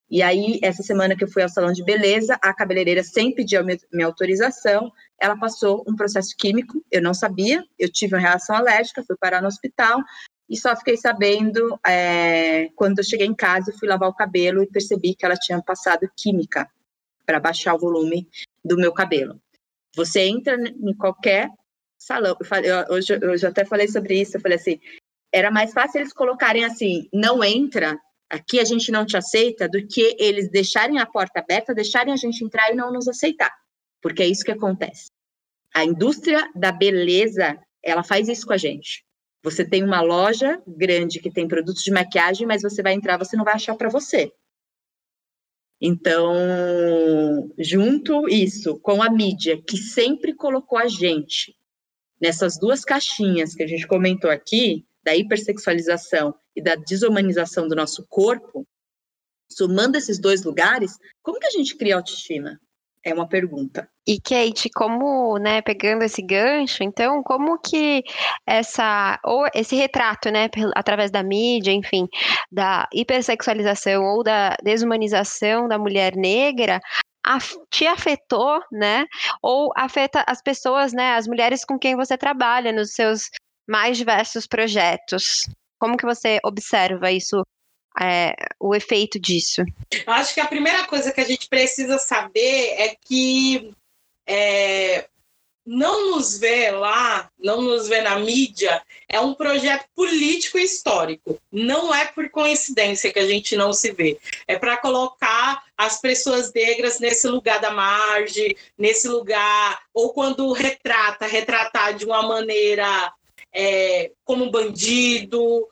E aí, essa semana que eu fui ao salão de beleza, a cabeleireira sem pedir minha autorização, ela passou um processo químico, eu não sabia, eu tive uma reação alérgica, fui parar no hospital, e só fiquei sabendo quando eu cheguei em casa e fui lavar o cabelo e percebi que ela tinha passado química para baixar o volume do meu cabelo. Você entra em qualquer salão, eu já até falei sobre isso, eu falei assim, era mais fácil eles colocarem assim, não entra, aqui a gente não te aceita, do que eles deixarem a porta aberta, deixarem a gente entrar e não nos aceitar, porque é isso que acontece. A indústria da beleza, ela faz isso com a gente. Você tem uma loja grande que tem produtos de maquiagem, mas você vai entrar, você não vai achar para você. Então, junto isso com a mídia, que sempre colocou a gente nessas duas caixinhas que a gente comentou aqui, da hipersexualização e da desumanização do nosso corpo, somando esses dois lugares, como que a gente cria autoestima? É uma pergunta. E, Kate, como, né, pegando esse gancho, então, como que esse retrato, né, através da mídia, enfim, da hipersexualização ou da desumanização da mulher negra, te afetou, né, ou afeta as pessoas, né, as mulheres com quem você trabalha nos seus mais diversos projetos? Como que você observa isso, o efeito disso? Eu acho que a primeira coisa que a gente precisa saber é que não nos ver lá, não nos ver na mídia, é um projeto político e histórico. Não é por coincidência que a gente não se vê. É para colocar as pessoas negras nesse lugar da margem, nesse lugar, ou quando retratar de uma maneira como bandido,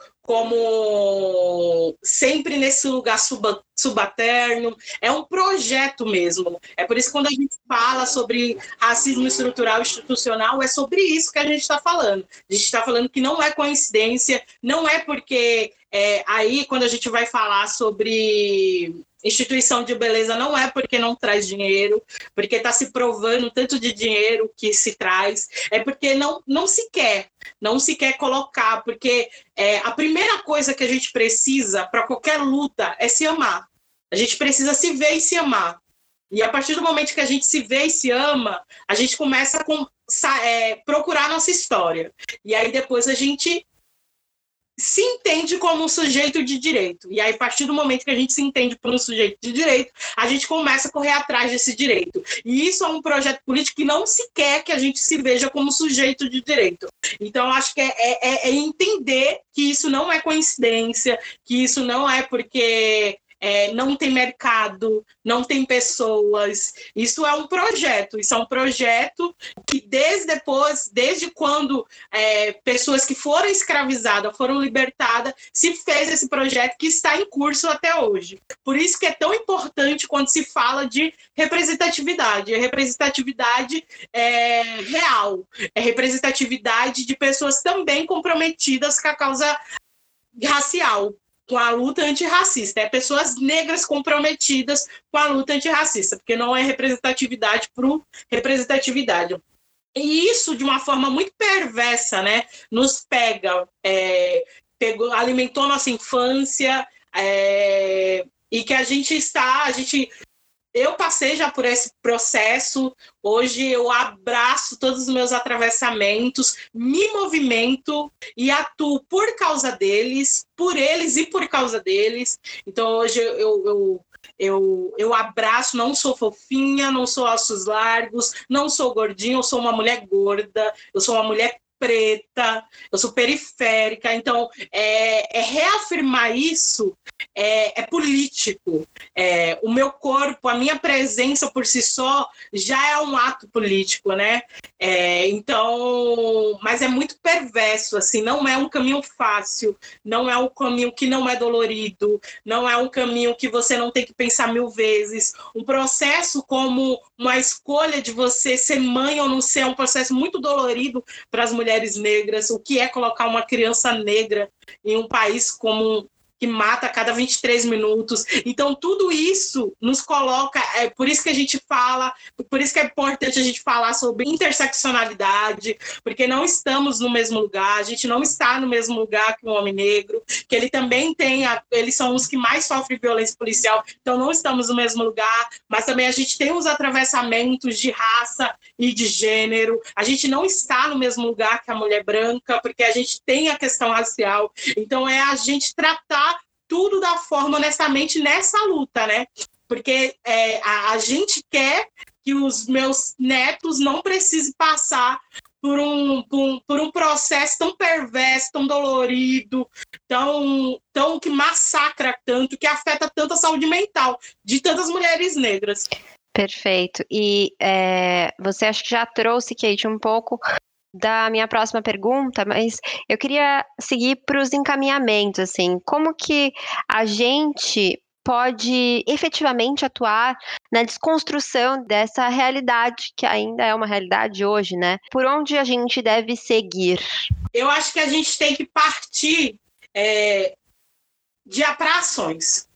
como sempre nesse lugar subalterno. É um projeto mesmo. É por isso que quando a gente fala sobre racismo estrutural e institucional, é sobre isso que a gente está falando. A gente está falando que não é coincidência, não é porque aí quando a gente vai falar sobre instituição de beleza, não é porque não traz dinheiro, porque está se provando tanto de dinheiro que se traz, é porque não se quer colocar, porque a primeira coisa que a gente precisa para qualquer luta é se amar. A gente precisa se ver e se amar. E a partir do momento que a gente se vê e se ama, a gente começa a procurar a nossa história. E aí depois a gente se entende como um sujeito de direito. E aí, a partir do momento que a gente se entende como um sujeito de direito, a gente começa a correr atrás desse direito. E isso é um projeto político que não se quer que a gente se veja como sujeito de direito. Então, acho que é entender que isso não é coincidência, que isso não é porque não tem mercado, não tem pessoas. Isso é um projeto que desde quando pessoas que foram escravizadas, foram libertadas, se fez esse projeto que está em curso até hoje. Por isso que é tão importante quando se fala de representatividade. É representatividade real, é representatividade de pessoas também comprometidas com a causa racial, com a luta antirracista, pessoas negras comprometidas com a luta antirracista, porque não é representatividade por representatividade. E isso, de uma forma muito perversa, né, nos alimentou nossa infância, e que eu passei já por esse processo. Hoje eu abraço todos os meus atravessamentos, me movimento e atuo por causa deles, por eles e por causa deles. Então hoje eu abraço, não sou fofinha, não sou ossos largos, não sou gordinha, eu sou uma mulher gorda, eu sou uma mulher preta, eu sou periférica. Então, reafirmar isso é político. O meu corpo, a minha presença por si só já é um ato político, né? Então, mas é muito perverso, assim, não é um caminho fácil, não é um caminho que não é dolorido, não é um caminho que você não tem que pensar 1000 vezes. Um processo como uma escolha de você ser mãe ou não ser é um processo muito dolorido para as mulheres negras. O que é colocar uma criança negra em um país como que mata a cada 23 minutos. Então, tudo isso nos coloca, por isso que a gente fala, por isso que é importante a gente falar sobre interseccionalidade, porque não estamos no mesmo lugar, a gente não está no mesmo lugar que o homem negro, que ele também eles são os que mais sofrem violência policial, então não estamos no mesmo lugar, mas também a gente tem os atravessamentos de raça e de gênero, a gente não está no mesmo lugar que a mulher branca, porque a gente tem a questão racial, então é a gente tratar tudo da forma honestamente nessa luta, né? Porque a gente quer que os meus netos não precisem passar por um processo tão perverso, tão dolorido, tão que massacra tanto, que afeta tanto a saúde mental de tantas mulheres negras. Perfeito. E você acha que já trouxe, Kate, um pouco da minha próxima pergunta, mas eu queria seguir para os encaminhamentos, assim, como que a gente pode efetivamente atuar na desconstrução dessa realidade, que ainda é uma realidade hoje, né? Por onde a gente deve seguir? Eu acho que a gente tem que partir de ações.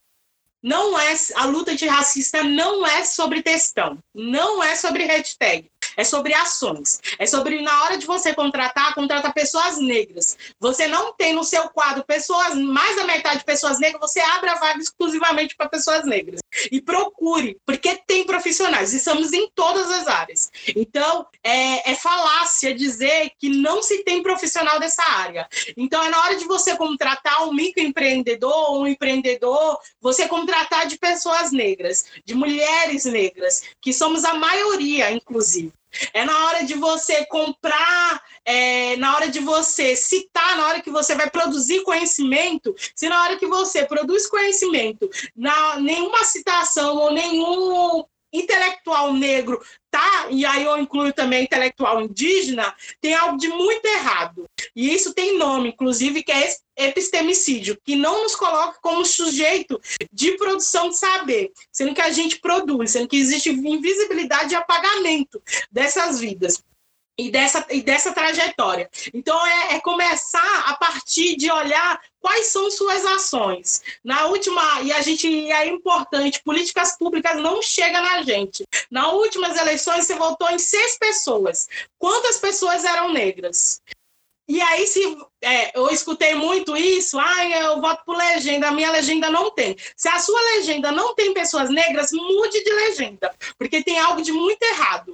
A luta antirracista não é sobre textão, não é sobre hashtag, é sobre ações. É sobre, na hora de você contratar pessoas negras. Você não tem no seu quadro mais da metade de pessoas negras, você abre a vaga exclusivamente para pessoas negras. E procure, porque tem profissionais, e estamos em todas as áreas. Então, é falácia dizer que não se tem profissional dessa área. Então, é na hora de você contratar um microempreendedor ou um empreendedor, você contratar de pessoas negras, de mulheres negras, que somos a maioria, inclusive. É na hora de você comprar, na hora de você citar, na hora que você vai produzir conhecimento, se na hora que você produz conhecimento, nenhuma citação ou nenhum intelectual negro tá, e aí eu incluo também intelectual indígena, tem algo de muito errado. E isso tem nome, inclusive, que é epistemicídio, que não nos coloca como sujeito de produção de saber, sendo que a gente produz, sendo que existe invisibilidade e apagamento dessas vidas. E dessa trajetória. Então, é começar a partir de olhar quais são suas ações. Na última, e é importante, políticas públicas não chegam na gente. Nas últimas eleições, você votou em 6 pessoas. Quantas pessoas eram negras? E aí, eu escutei muito isso, eu voto por legenda, a minha legenda não tem. Se a sua legenda não tem pessoas negras, mude de legenda, porque tem algo de muito errado.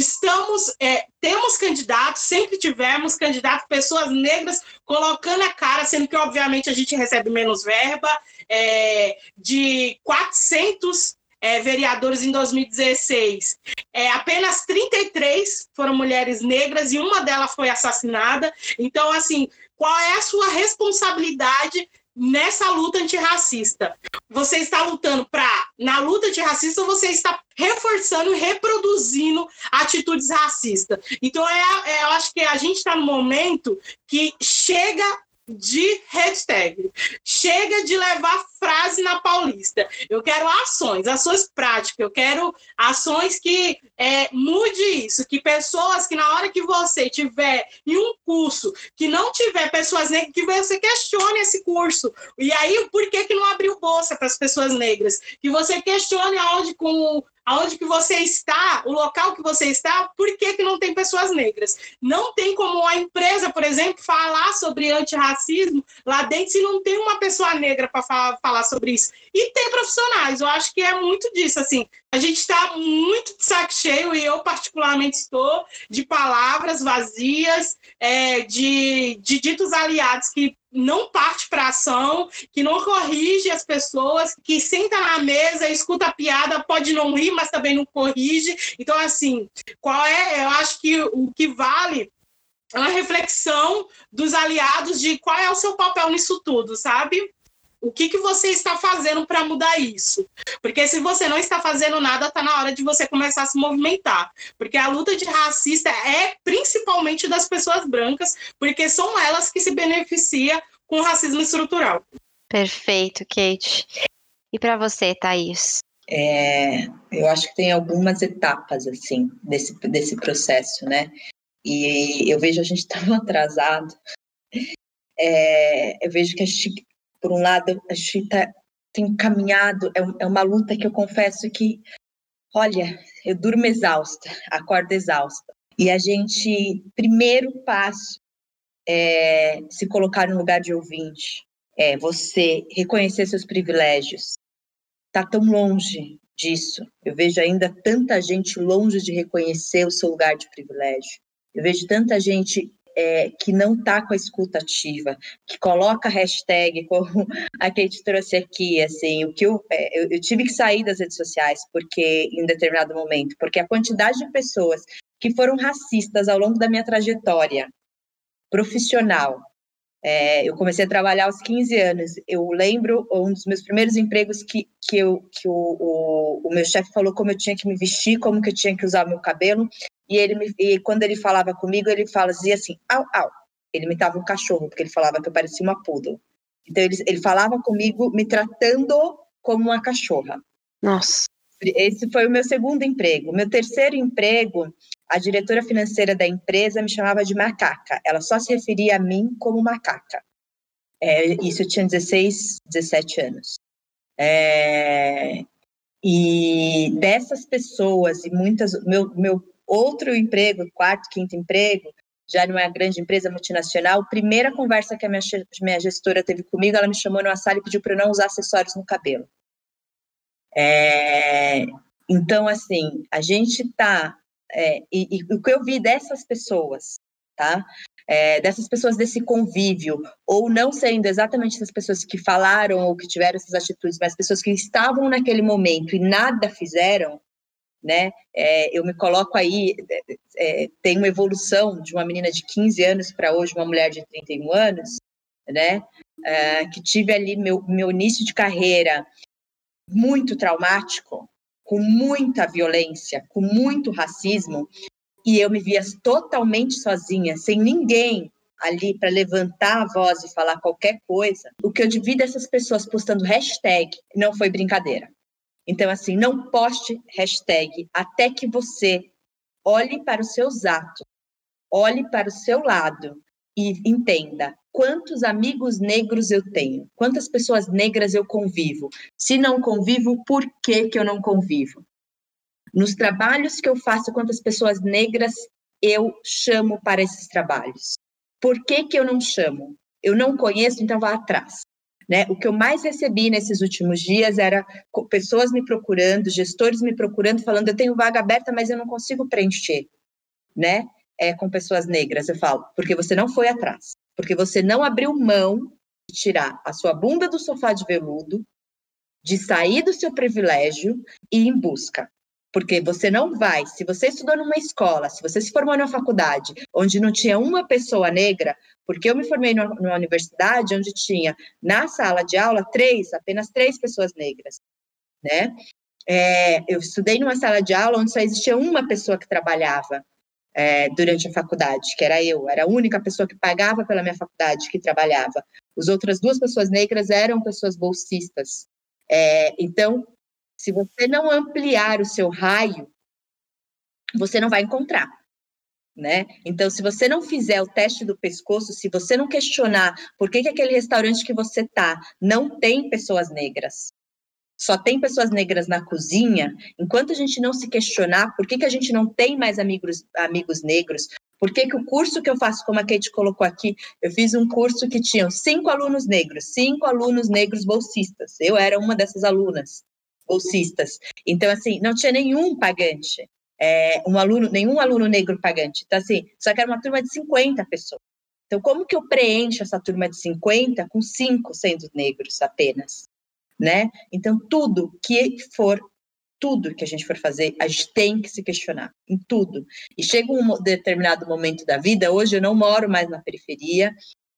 Temos candidatos, sempre tivemos candidatos, pessoas negras colocando a cara, sendo que, obviamente, a gente recebe menos verba, de 400 vereadores em 2016, apenas 33 foram mulheres negras e uma delas foi assassinada. Então, assim, qual é a sua responsabilidade nessa luta antirracista? Você está lutando na luta antirracista, você está reforçando e reproduzindo atitudes racistas. Então, eu acho que a gente está no momento que chega de hashtag, chega de levar frase na Paulista. Eu quero ações práticas, eu quero ações que mude isso, que pessoas que na hora que você tiver em um curso, que não tiver pessoas negras, que você questione esse curso. E aí, por que não abriu bolsa para as pessoas negras? Que você questione aonde que você está, o local que você está, por que não tem pessoas negras? Não tem como a empresa, por exemplo, falar sobre antirracismo lá dentro se não tem uma pessoa negra para falar sobre isso. E tem profissionais, eu acho que é muito disso, assim, a gente está muito de saco cheio, e eu particularmente estou, de palavras vazias, de ditos aliados que não parte para ação, que não corrige as pessoas, que senta na mesa, escuta a piada, pode não rir, mas também não corrige. Então, assim, eu acho que o que vale é uma reflexão dos aliados de qual é o seu papel nisso tudo, sabe? O que você está fazendo para mudar isso? Porque se você não está fazendo nada, está na hora de você começar a se movimentar. Porque a luta antirracista é principalmente das pessoas brancas, porque são elas que se beneficiam com o racismo estrutural. Perfeito, Kate. E para você, Thaís? Eu acho que tem algumas etapas, assim, desse processo, né? E eu vejo a gente tão atrasado. Eu vejo que a gente por um lado, a gente tem caminhado, é uma luta que eu confesso que, olha, eu durmo exausta, acordo exausta. E a gente, primeiro passo é se colocar no lugar de ouvinte, é você reconhecer seus privilégios. Está tão longe disso. Eu vejo ainda tanta gente longe de reconhecer o seu lugar de privilégio. Eu vejo tanta gente que não está com a escuta ativa, que coloca hashtag, como a Kate trouxe aqui, assim, o que eu tive que sair das redes sociais porque em determinado momento, porque a quantidade de pessoas que foram racistas ao longo da minha trajetória profissional, eu comecei a trabalhar aos 15 anos. Eu lembro um dos meus primeiros empregos que o meu chefe falou como eu tinha que me vestir, como que eu tinha que usar o meu cabelo. E quando ele falava comigo, ele dizia assim, au, au. Ele imitava um cachorro, porque ele falava que eu parecia uma poodle. Então, ele falava comigo me tratando como uma cachorra. Nossa. Esse foi o meu segundo emprego. Meu terceiro emprego, a diretora financeira da empresa me chamava de macaca. Ela só se referia a mim como macaca. Isso eu tinha 16, 17 anos. E dessas pessoas e muitas... Meu outro emprego, quarto, quinto emprego, já numa grande empresa multinacional, a primeira conversa que a minha gestora teve comigo, ela me chamou numa sala e pediu para eu não usar acessórios no cabelo. Então, assim, a gente está... e o que eu vi dessas pessoas, tá? Dessas pessoas desse convívio, ou não sendo exatamente essas pessoas que falaram ou que tiveram essas atitudes, mas pessoas que estavam naquele momento e nada fizeram, né? Eu me coloco aí, tem uma evolução de uma menina de 15 anos para hoje uma mulher de 31 anos, né? Que tive ali meu início de carreira muito traumático, com muita violência, com muito racismo, e eu me via totalmente sozinha, sem ninguém ali para levantar a voz e falar qualquer coisa. O que eu vi dessas pessoas postando hashtag não foi brincadeira. Então, assim, não poste hashtag até que você olhe para os seus atos, olhe para o seu lado e entenda quantos amigos negros eu tenho, quantas pessoas negras eu convivo. Se não convivo, por que eu não convivo? Nos trabalhos que eu faço, quantas pessoas negras eu chamo para esses trabalhos? Por que eu não chamo? Eu não conheço, então vá atrás. Né? O que eu mais recebi nesses últimos dias era pessoas me procurando, gestores me procurando, falando, eu tenho vaga aberta, mas eu não consigo preencher, né? Com pessoas negras. Eu falo, porque você não foi atrás, porque você não abriu mão de tirar a sua bunda do sofá de veludo, de sair do seu privilégio e ir em busca. Porque você não vai, se você estudou numa escola, se você se formou numa faculdade, onde não tinha uma pessoa negra, porque eu me formei numa universidade onde tinha, na sala de aula, apenas três pessoas negras, né? Eu estudei numa sala de aula onde só existia uma pessoa que trabalhava durante a faculdade, que era eu, era a única pessoa que pagava pela minha faculdade que trabalhava. As outras duas pessoas negras eram pessoas bolsistas. Então, se você não ampliar o seu raio, você não vai encontrar, né? Então, se você não fizer o teste do pescoço, se você não questionar por que aquele restaurante que você tá não tem pessoas negras, só tem pessoas negras na cozinha, enquanto a gente não se questionar por que a gente não tem mais amigos negros, por que o curso que eu faço, como a Kate colocou aqui, eu fiz um curso que tinham 5 alunos negros bolsistas. Eu era uma dessas alunas bolsistas. Então, assim, não tinha nenhum pagante, nenhum aluno negro pagante. Então, assim, só que era uma turma de 50 pessoas. Então, como que eu preencho essa turma de 50 com 5 sendo negros apenas, né? Então, tudo que a gente for fazer, a gente tem que se questionar em tudo. E chega um determinado momento da vida, hoje eu não moro mais na periferia,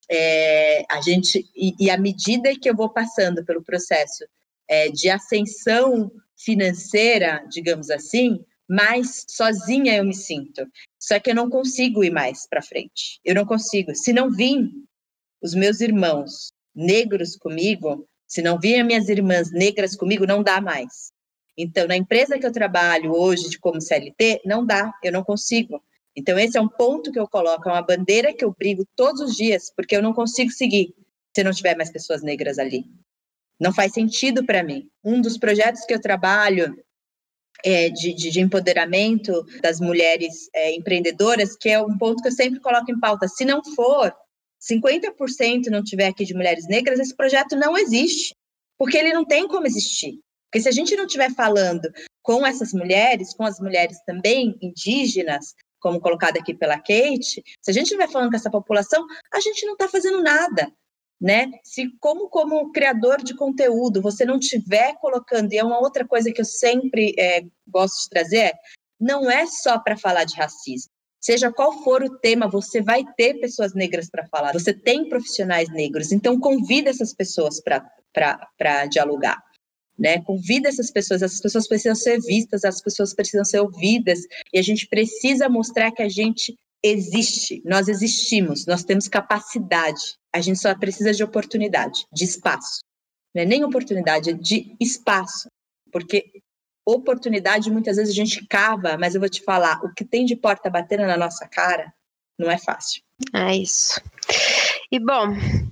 à medida que eu vou passando pelo processo de ascensão financeira, digamos assim, mais sozinha eu me sinto. Só que eu não consigo ir mais para frente. Eu não consigo. Se não vir os meus irmãos negros comigo, se não vir as minhas irmãs negras comigo, não dá mais. Então, na empresa que eu trabalho hoje, como CLT, não dá, eu não consigo. Então, esse é um ponto que eu coloco, é uma bandeira que eu brigo todos os dias, porque eu não consigo seguir. se não tiver mais pessoas negras ali. Não faz sentido para mim. Um dos projetos que eu trabalho de empoderamento das mulheres empreendedoras, que é um ponto que eu sempre coloco em pauta. Se não for 50% não tiver aqui de mulheres negras, esse projeto não existe, porque ele não tem como existir. Porque se a gente não estiver falando com essas mulheres, com as mulheres também indígenas, como colocado aqui pela Kate, se a gente não estiver falando com essa população, a gente não está fazendo nada. Né? Se como criador de conteúdo você não estiver colocando, e é uma outra coisa que eu sempre gosto de trazer, não é só para falar de racismo. Seja qual for o tema, você vai ter pessoas negras para falar, você tem profissionais negros, então convida essas pessoas para dialogar. Né? Convida essas pessoas precisam ser vistas, as pessoas precisam ser ouvidas, e a gente precisa mostrar que a gente existe, nós existimos, nós temos capacidade, a gente só precisa de oportunidade, de espaço, não é nem oportunidade, é de espaço, porque oportunidade muitas vezes a gente cava, mas eu vou te falar, o que tem de porta batendo na nossa cara não é fácil. É isso. E bom,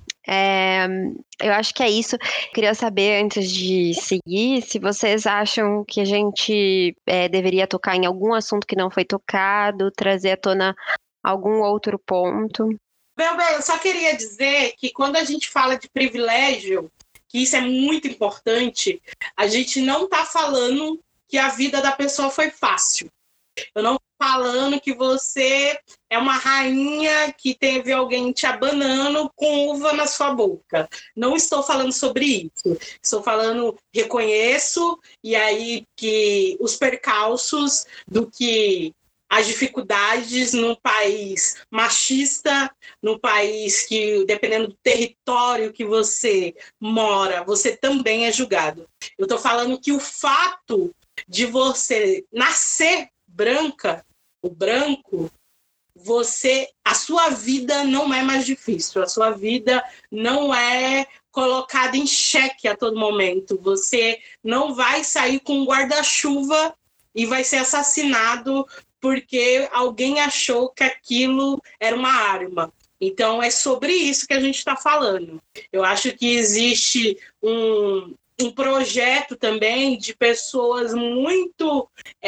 eu acho que é isso. Queria saber, antes de seguir, se vocês acham que a gente deveria tocar em algum assunto que não foi tocado, trazer à tona algum outro ponto. Bem, eu só queria dizer que quando a gente fala de privilégio, que isso é muito importante, a gente não está falando que a vida da pessoa foi fácil. Eu não estou falando que você é uma rainha que teve alguém te abanando com uva na sua boca. Não estou falando sobre isso. Estou falando, reconheço, e aí que os percalços do que as dificuldades num país machista, num país que, dependendo do território que você mora, você também é julgado. Eu estou falando que o fato de você nascer branca, o branco, a sua vida não é mais difícil, a sua vida não é colocada em xeque a todo momento. Você não vai sair com um guarda-chuva e vai ser assassinado porque alguém achou que aquilo era uma arma. Então, é sobre isso que a gente está falando. Eu acho que existe um projeto também de pessoas muito...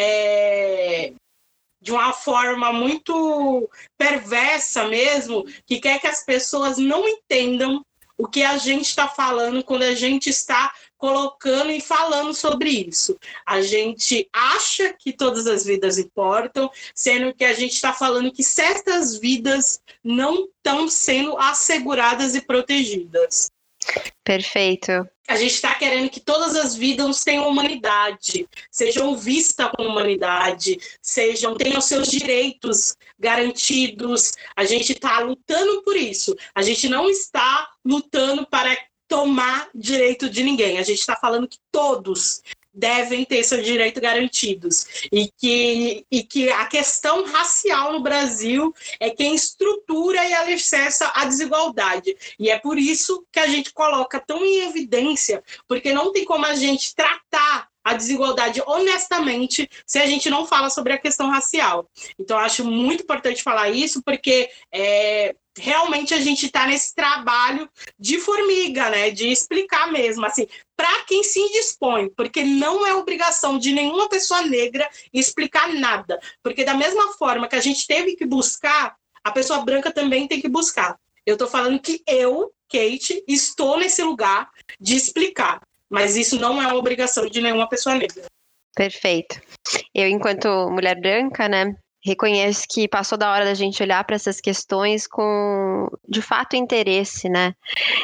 de uma forma muito perversa mesmo, que quer que as pessoas não entendam o que a gente está falando quando a gente está colocando e falando sobre isso. A gente acha que todas as vidas importam, sendo que a gente está falando que certas vidas não estão sendo asseguradas e protegidas. Perfeito. A gente está querendo que todas as vidas tenham humanidade, sejam vistas com humanidade, tenham seus direitos garantidos. A gente está lutando por isso. A gente não está lutando para tomar direito de ninguém. A gente está falando que todos devem ter seus direitos garantidos. E que a questão racial no Brasil é quem estrutura e alicerça a desigualdade. E é por isso que a gente coloca tão em evidência, porque não tem como a gente tratar a desigualdade honestamente se a gente não fala sobre a questão racial. Então, eu acho muito importante falar isso, porque realmente a gente está nesse trabalho de formiga, né? De explicar mesmo, assim, para quem se indispõe, porque não é obrigação de nenhuma pessoa negra explicar nada. Porque da mesma forma que a gente teve que buscar, a pessoa branca também tem que buscar. Eu estou falando que eu, Kate, estou nesse lugar de explicar. Mas isso não é uma obrigação de nenhuma pessoa negra. Perfeito. Eu, enquanto mulher branca, né, reconheço que passou da hora da gente olhar para essas questões com, de fato, interesse, né?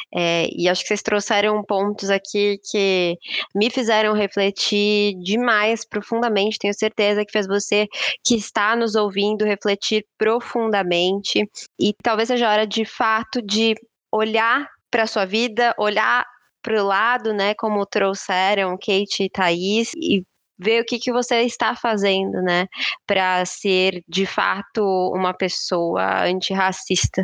E acho que vocês trouxeram pontos aqui que me fizeram refletir demais, profundamente. Tenho certeza que fez você que está nos ouvindo refletir profundamente. E talvez seja a hora, de fato, de olhar para a sua vida, olhar para o lado, né, como trouxeram Kate e Thaís, e ver o que você está fazendo, né, para ser, de fato, uma pessoa antirracista.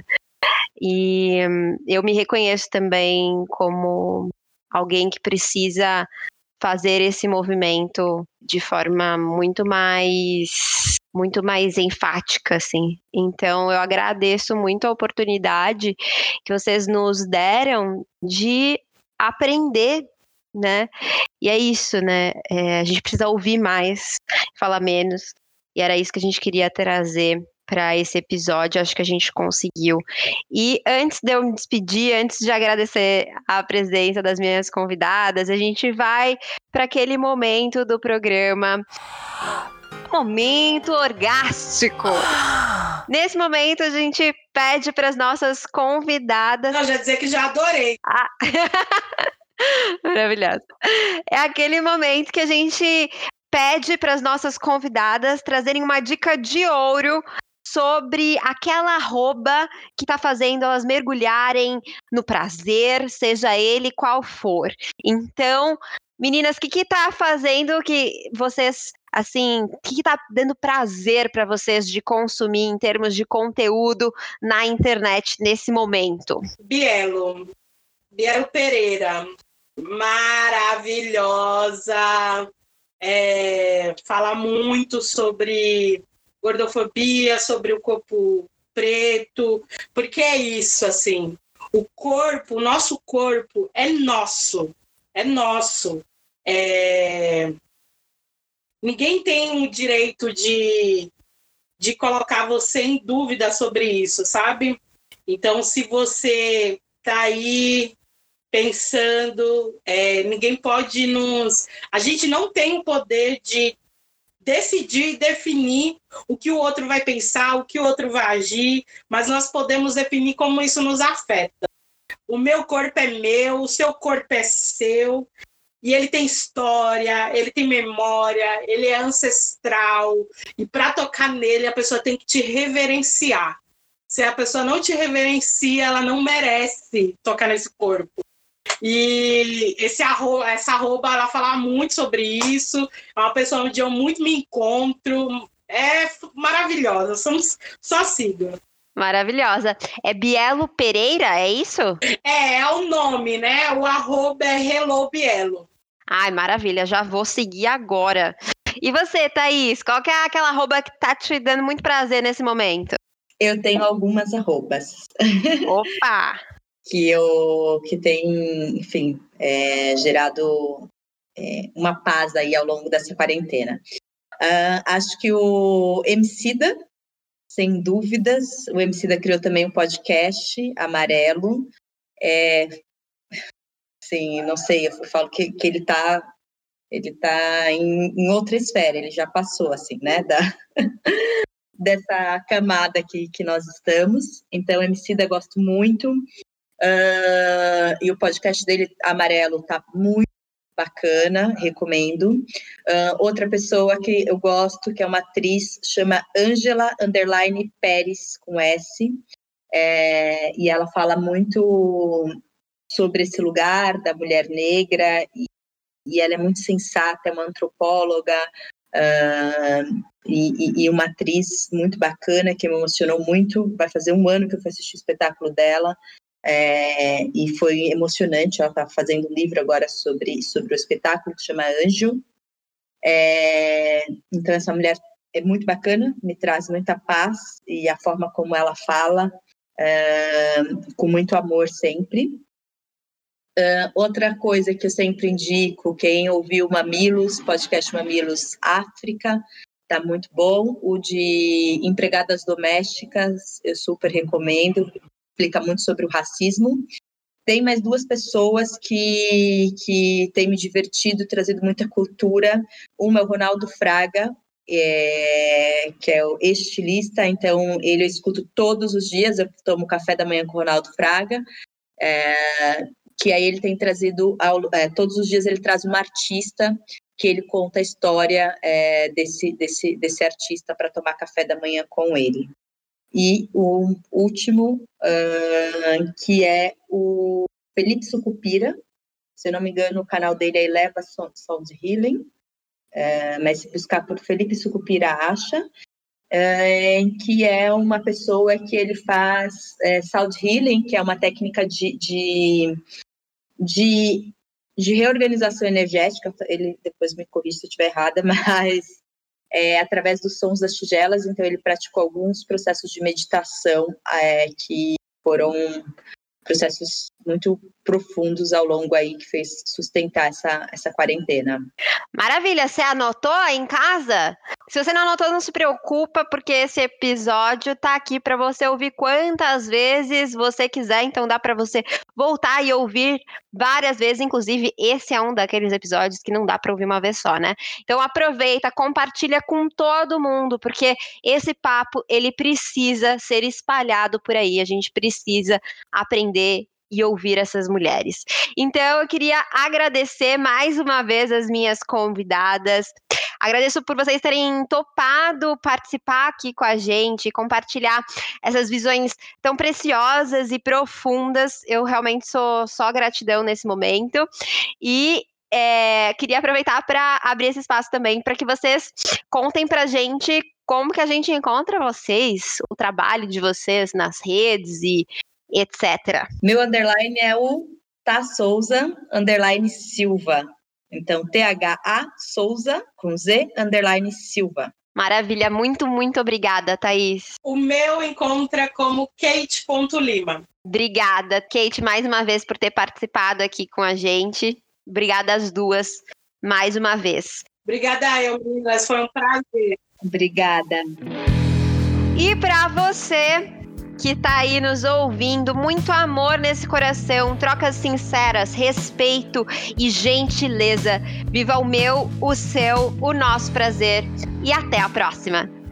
E eu me reconheço também como alguém que precisa fazer esse movimento de forma muito mais enfática, assim. Então, eu agradeço muito a oportunidade que vocês nos deram de aprender, né? E é isso, né? A gente precisa ouvir mais, falar menos. E era isso que a gente queria trazer para esse episódio, acho que a gente conseguiu. E antes de eu me despedir, antes de agradecer a presença das minhas convidadas, a gente vai para aquele momento do programa, momento orgástico. Nesse momento, a gente pede para as nossas convidadas... Não, já dizer que já adorei. Maravilhosa. É aquele momento que a gente pede para as nossas convidadas trazerem uma dica de ouro sobre aquela arroba que está fazendo elas mergulharem no prazer, seja ele qual for. Então, meninas, o que está fazendo que vocês, assim, o que está dando prazer para vocês de consumir em termos de conteúdo na internet nesse momento? Bielo Pereira, maravilhosa, fala muito sobre gordofobia, sobre o corpo preto, porque é isso, assim, o nosso corpo é nosso. Ninguém tem o direito de colocar você em dúvida sobre isso, sabe? Então, se você tá aí pensando, ninguém pode a gente não tem o poder de decidir e definir o que o outro vai pensar, o que o outro vai agir, mas nós podemos definir como isso nos afeta. O meu corpo é meu, o seu corpo é seu, e ele tem história, ele tem memória, ele é ancestral, e para tocar nele a pessoa tem que te reverenciar. Se a pessoa não te reverencia, ela não merece tocar nesse corpo. E essa arroba, ela fala muito sobre isso. É uma pessoa onde eu muito me encontro. É maravilhosa. Só siga. Maravilhosa. É Bielo Pereira, é isso? É o nome, né? O arroba é Hello Bielo. Ai, maravilha. Já vou seguir agora. E você, Thaís? Qual que é aquela arroba que tá te dando muito prazer nesse momento? Eu tenho algumas arrobas. Opa! que tem, enfim, gerado uma paz aí ao longo dessa quarentena. Acho que o Emicida, sem dúvidas, o Emicida criou também um podcast, Amarelo. Assim, não sei, eu falo que ele tá em outra esfera, ele já passou, assim, né, dessa camada que nós estamos. Então, Emicida gosto muito. E o podcast dele, Amarelo, tá muito bacana, recomendo. Outra pessoa que eu gosto, que é uma atriz, chama Ângela _Pérez, com S, e ela fala muito sobre esse lugar da mulher negra, e ela é muito sensata, é uma antropóloga, e uma atriz muito bacana, que me emocionou muito. Vai fazer 1 ano que eu fui assistir o espetáculo dela, e foi emocionante. Ela está fazendo um livro agora sobre o espetáculo, que chama Anjo. Então, essa mulher é muito bacana, me traz muita paz, e a forma como ela fala, com muito amor sempre. Outra coisa que eu sempre indico, quem ouviu Mamilos, podcast Mamilos África, tá muito bom. O de empregadas domésticas, eu super recomendo, explica muito sobre o racismo. Tem mais 2 pessoas que têm me divertido, trazido muita cultura. Uma é o Ronaldo Fraga, que é o estilista, então ele eu escuto todos os dias, eu tomo café da manhã com o Ronaldo Fraga, que aí ele tem trazido, todos os dias ele traz uma artista, que ele conta a história desse artista para tomar café da manhã com ele. E o último, que é o Felipe Sucupira, se eu não me engano, o canal dele é Eleva Sound Healing, mas se buscar por Felipe Sucupira, acha, que é uma pessoa que ele faz Sound Healing, que é uma técnica de de reorganização energética, ele depois me corrige se eu estiver errada, mas através dos sons das tigelas, então ele praticou alguns processos de meditação que foram processos muito profundos ao longo aí que fez sustentar essa quarentena. Maravilha, você anotou aí em casa? Se você não anotou, não se preocupa, porque esse episódio tá aqui para você ouvir quantas vezes você quiser, então dá para você voltar e ouvir várias vezes, inclusive esse é um daqueles episódios que não dá para ouvir uma vez só, né? Então aproveita, compartilha com todo mundo, porque esse papo, ele precisa ser espalhado por aí, a gente precisa aprender e ouvir essas mulheres. Então, eu queria agradecer mais uma vez as minhas convidadas. Agradeço por vocês terem topado participar aqui com a gente, compartilhar essas visões tão preciosas e profundas. Eu realmente sou só gratidão nesse momento. E queria aproveitar para abrir esse espaço também para que vocês contem pra gente como que a gente encontra vocês, o trabalho de vocês nas redes e etc. Meu underline é o Souza _Silva. Então, THA Souza com Z _Silva. Maravilha, muito, muito obrigada, Thaís. O meu encontra como Kate.Lima. Obrigada, Kate, mais uma vez por ter participado aqui com a gente. Obrigada às duas, mais uma vez. Obrigada, meninas, foi um prazer. Obrigada. E para você que tá aí nos ouvindo, muito amor nesse coração, trocas sinceras, respeito e gentileza. Viva o meu, o seu, o nosso prazer e até a próxima!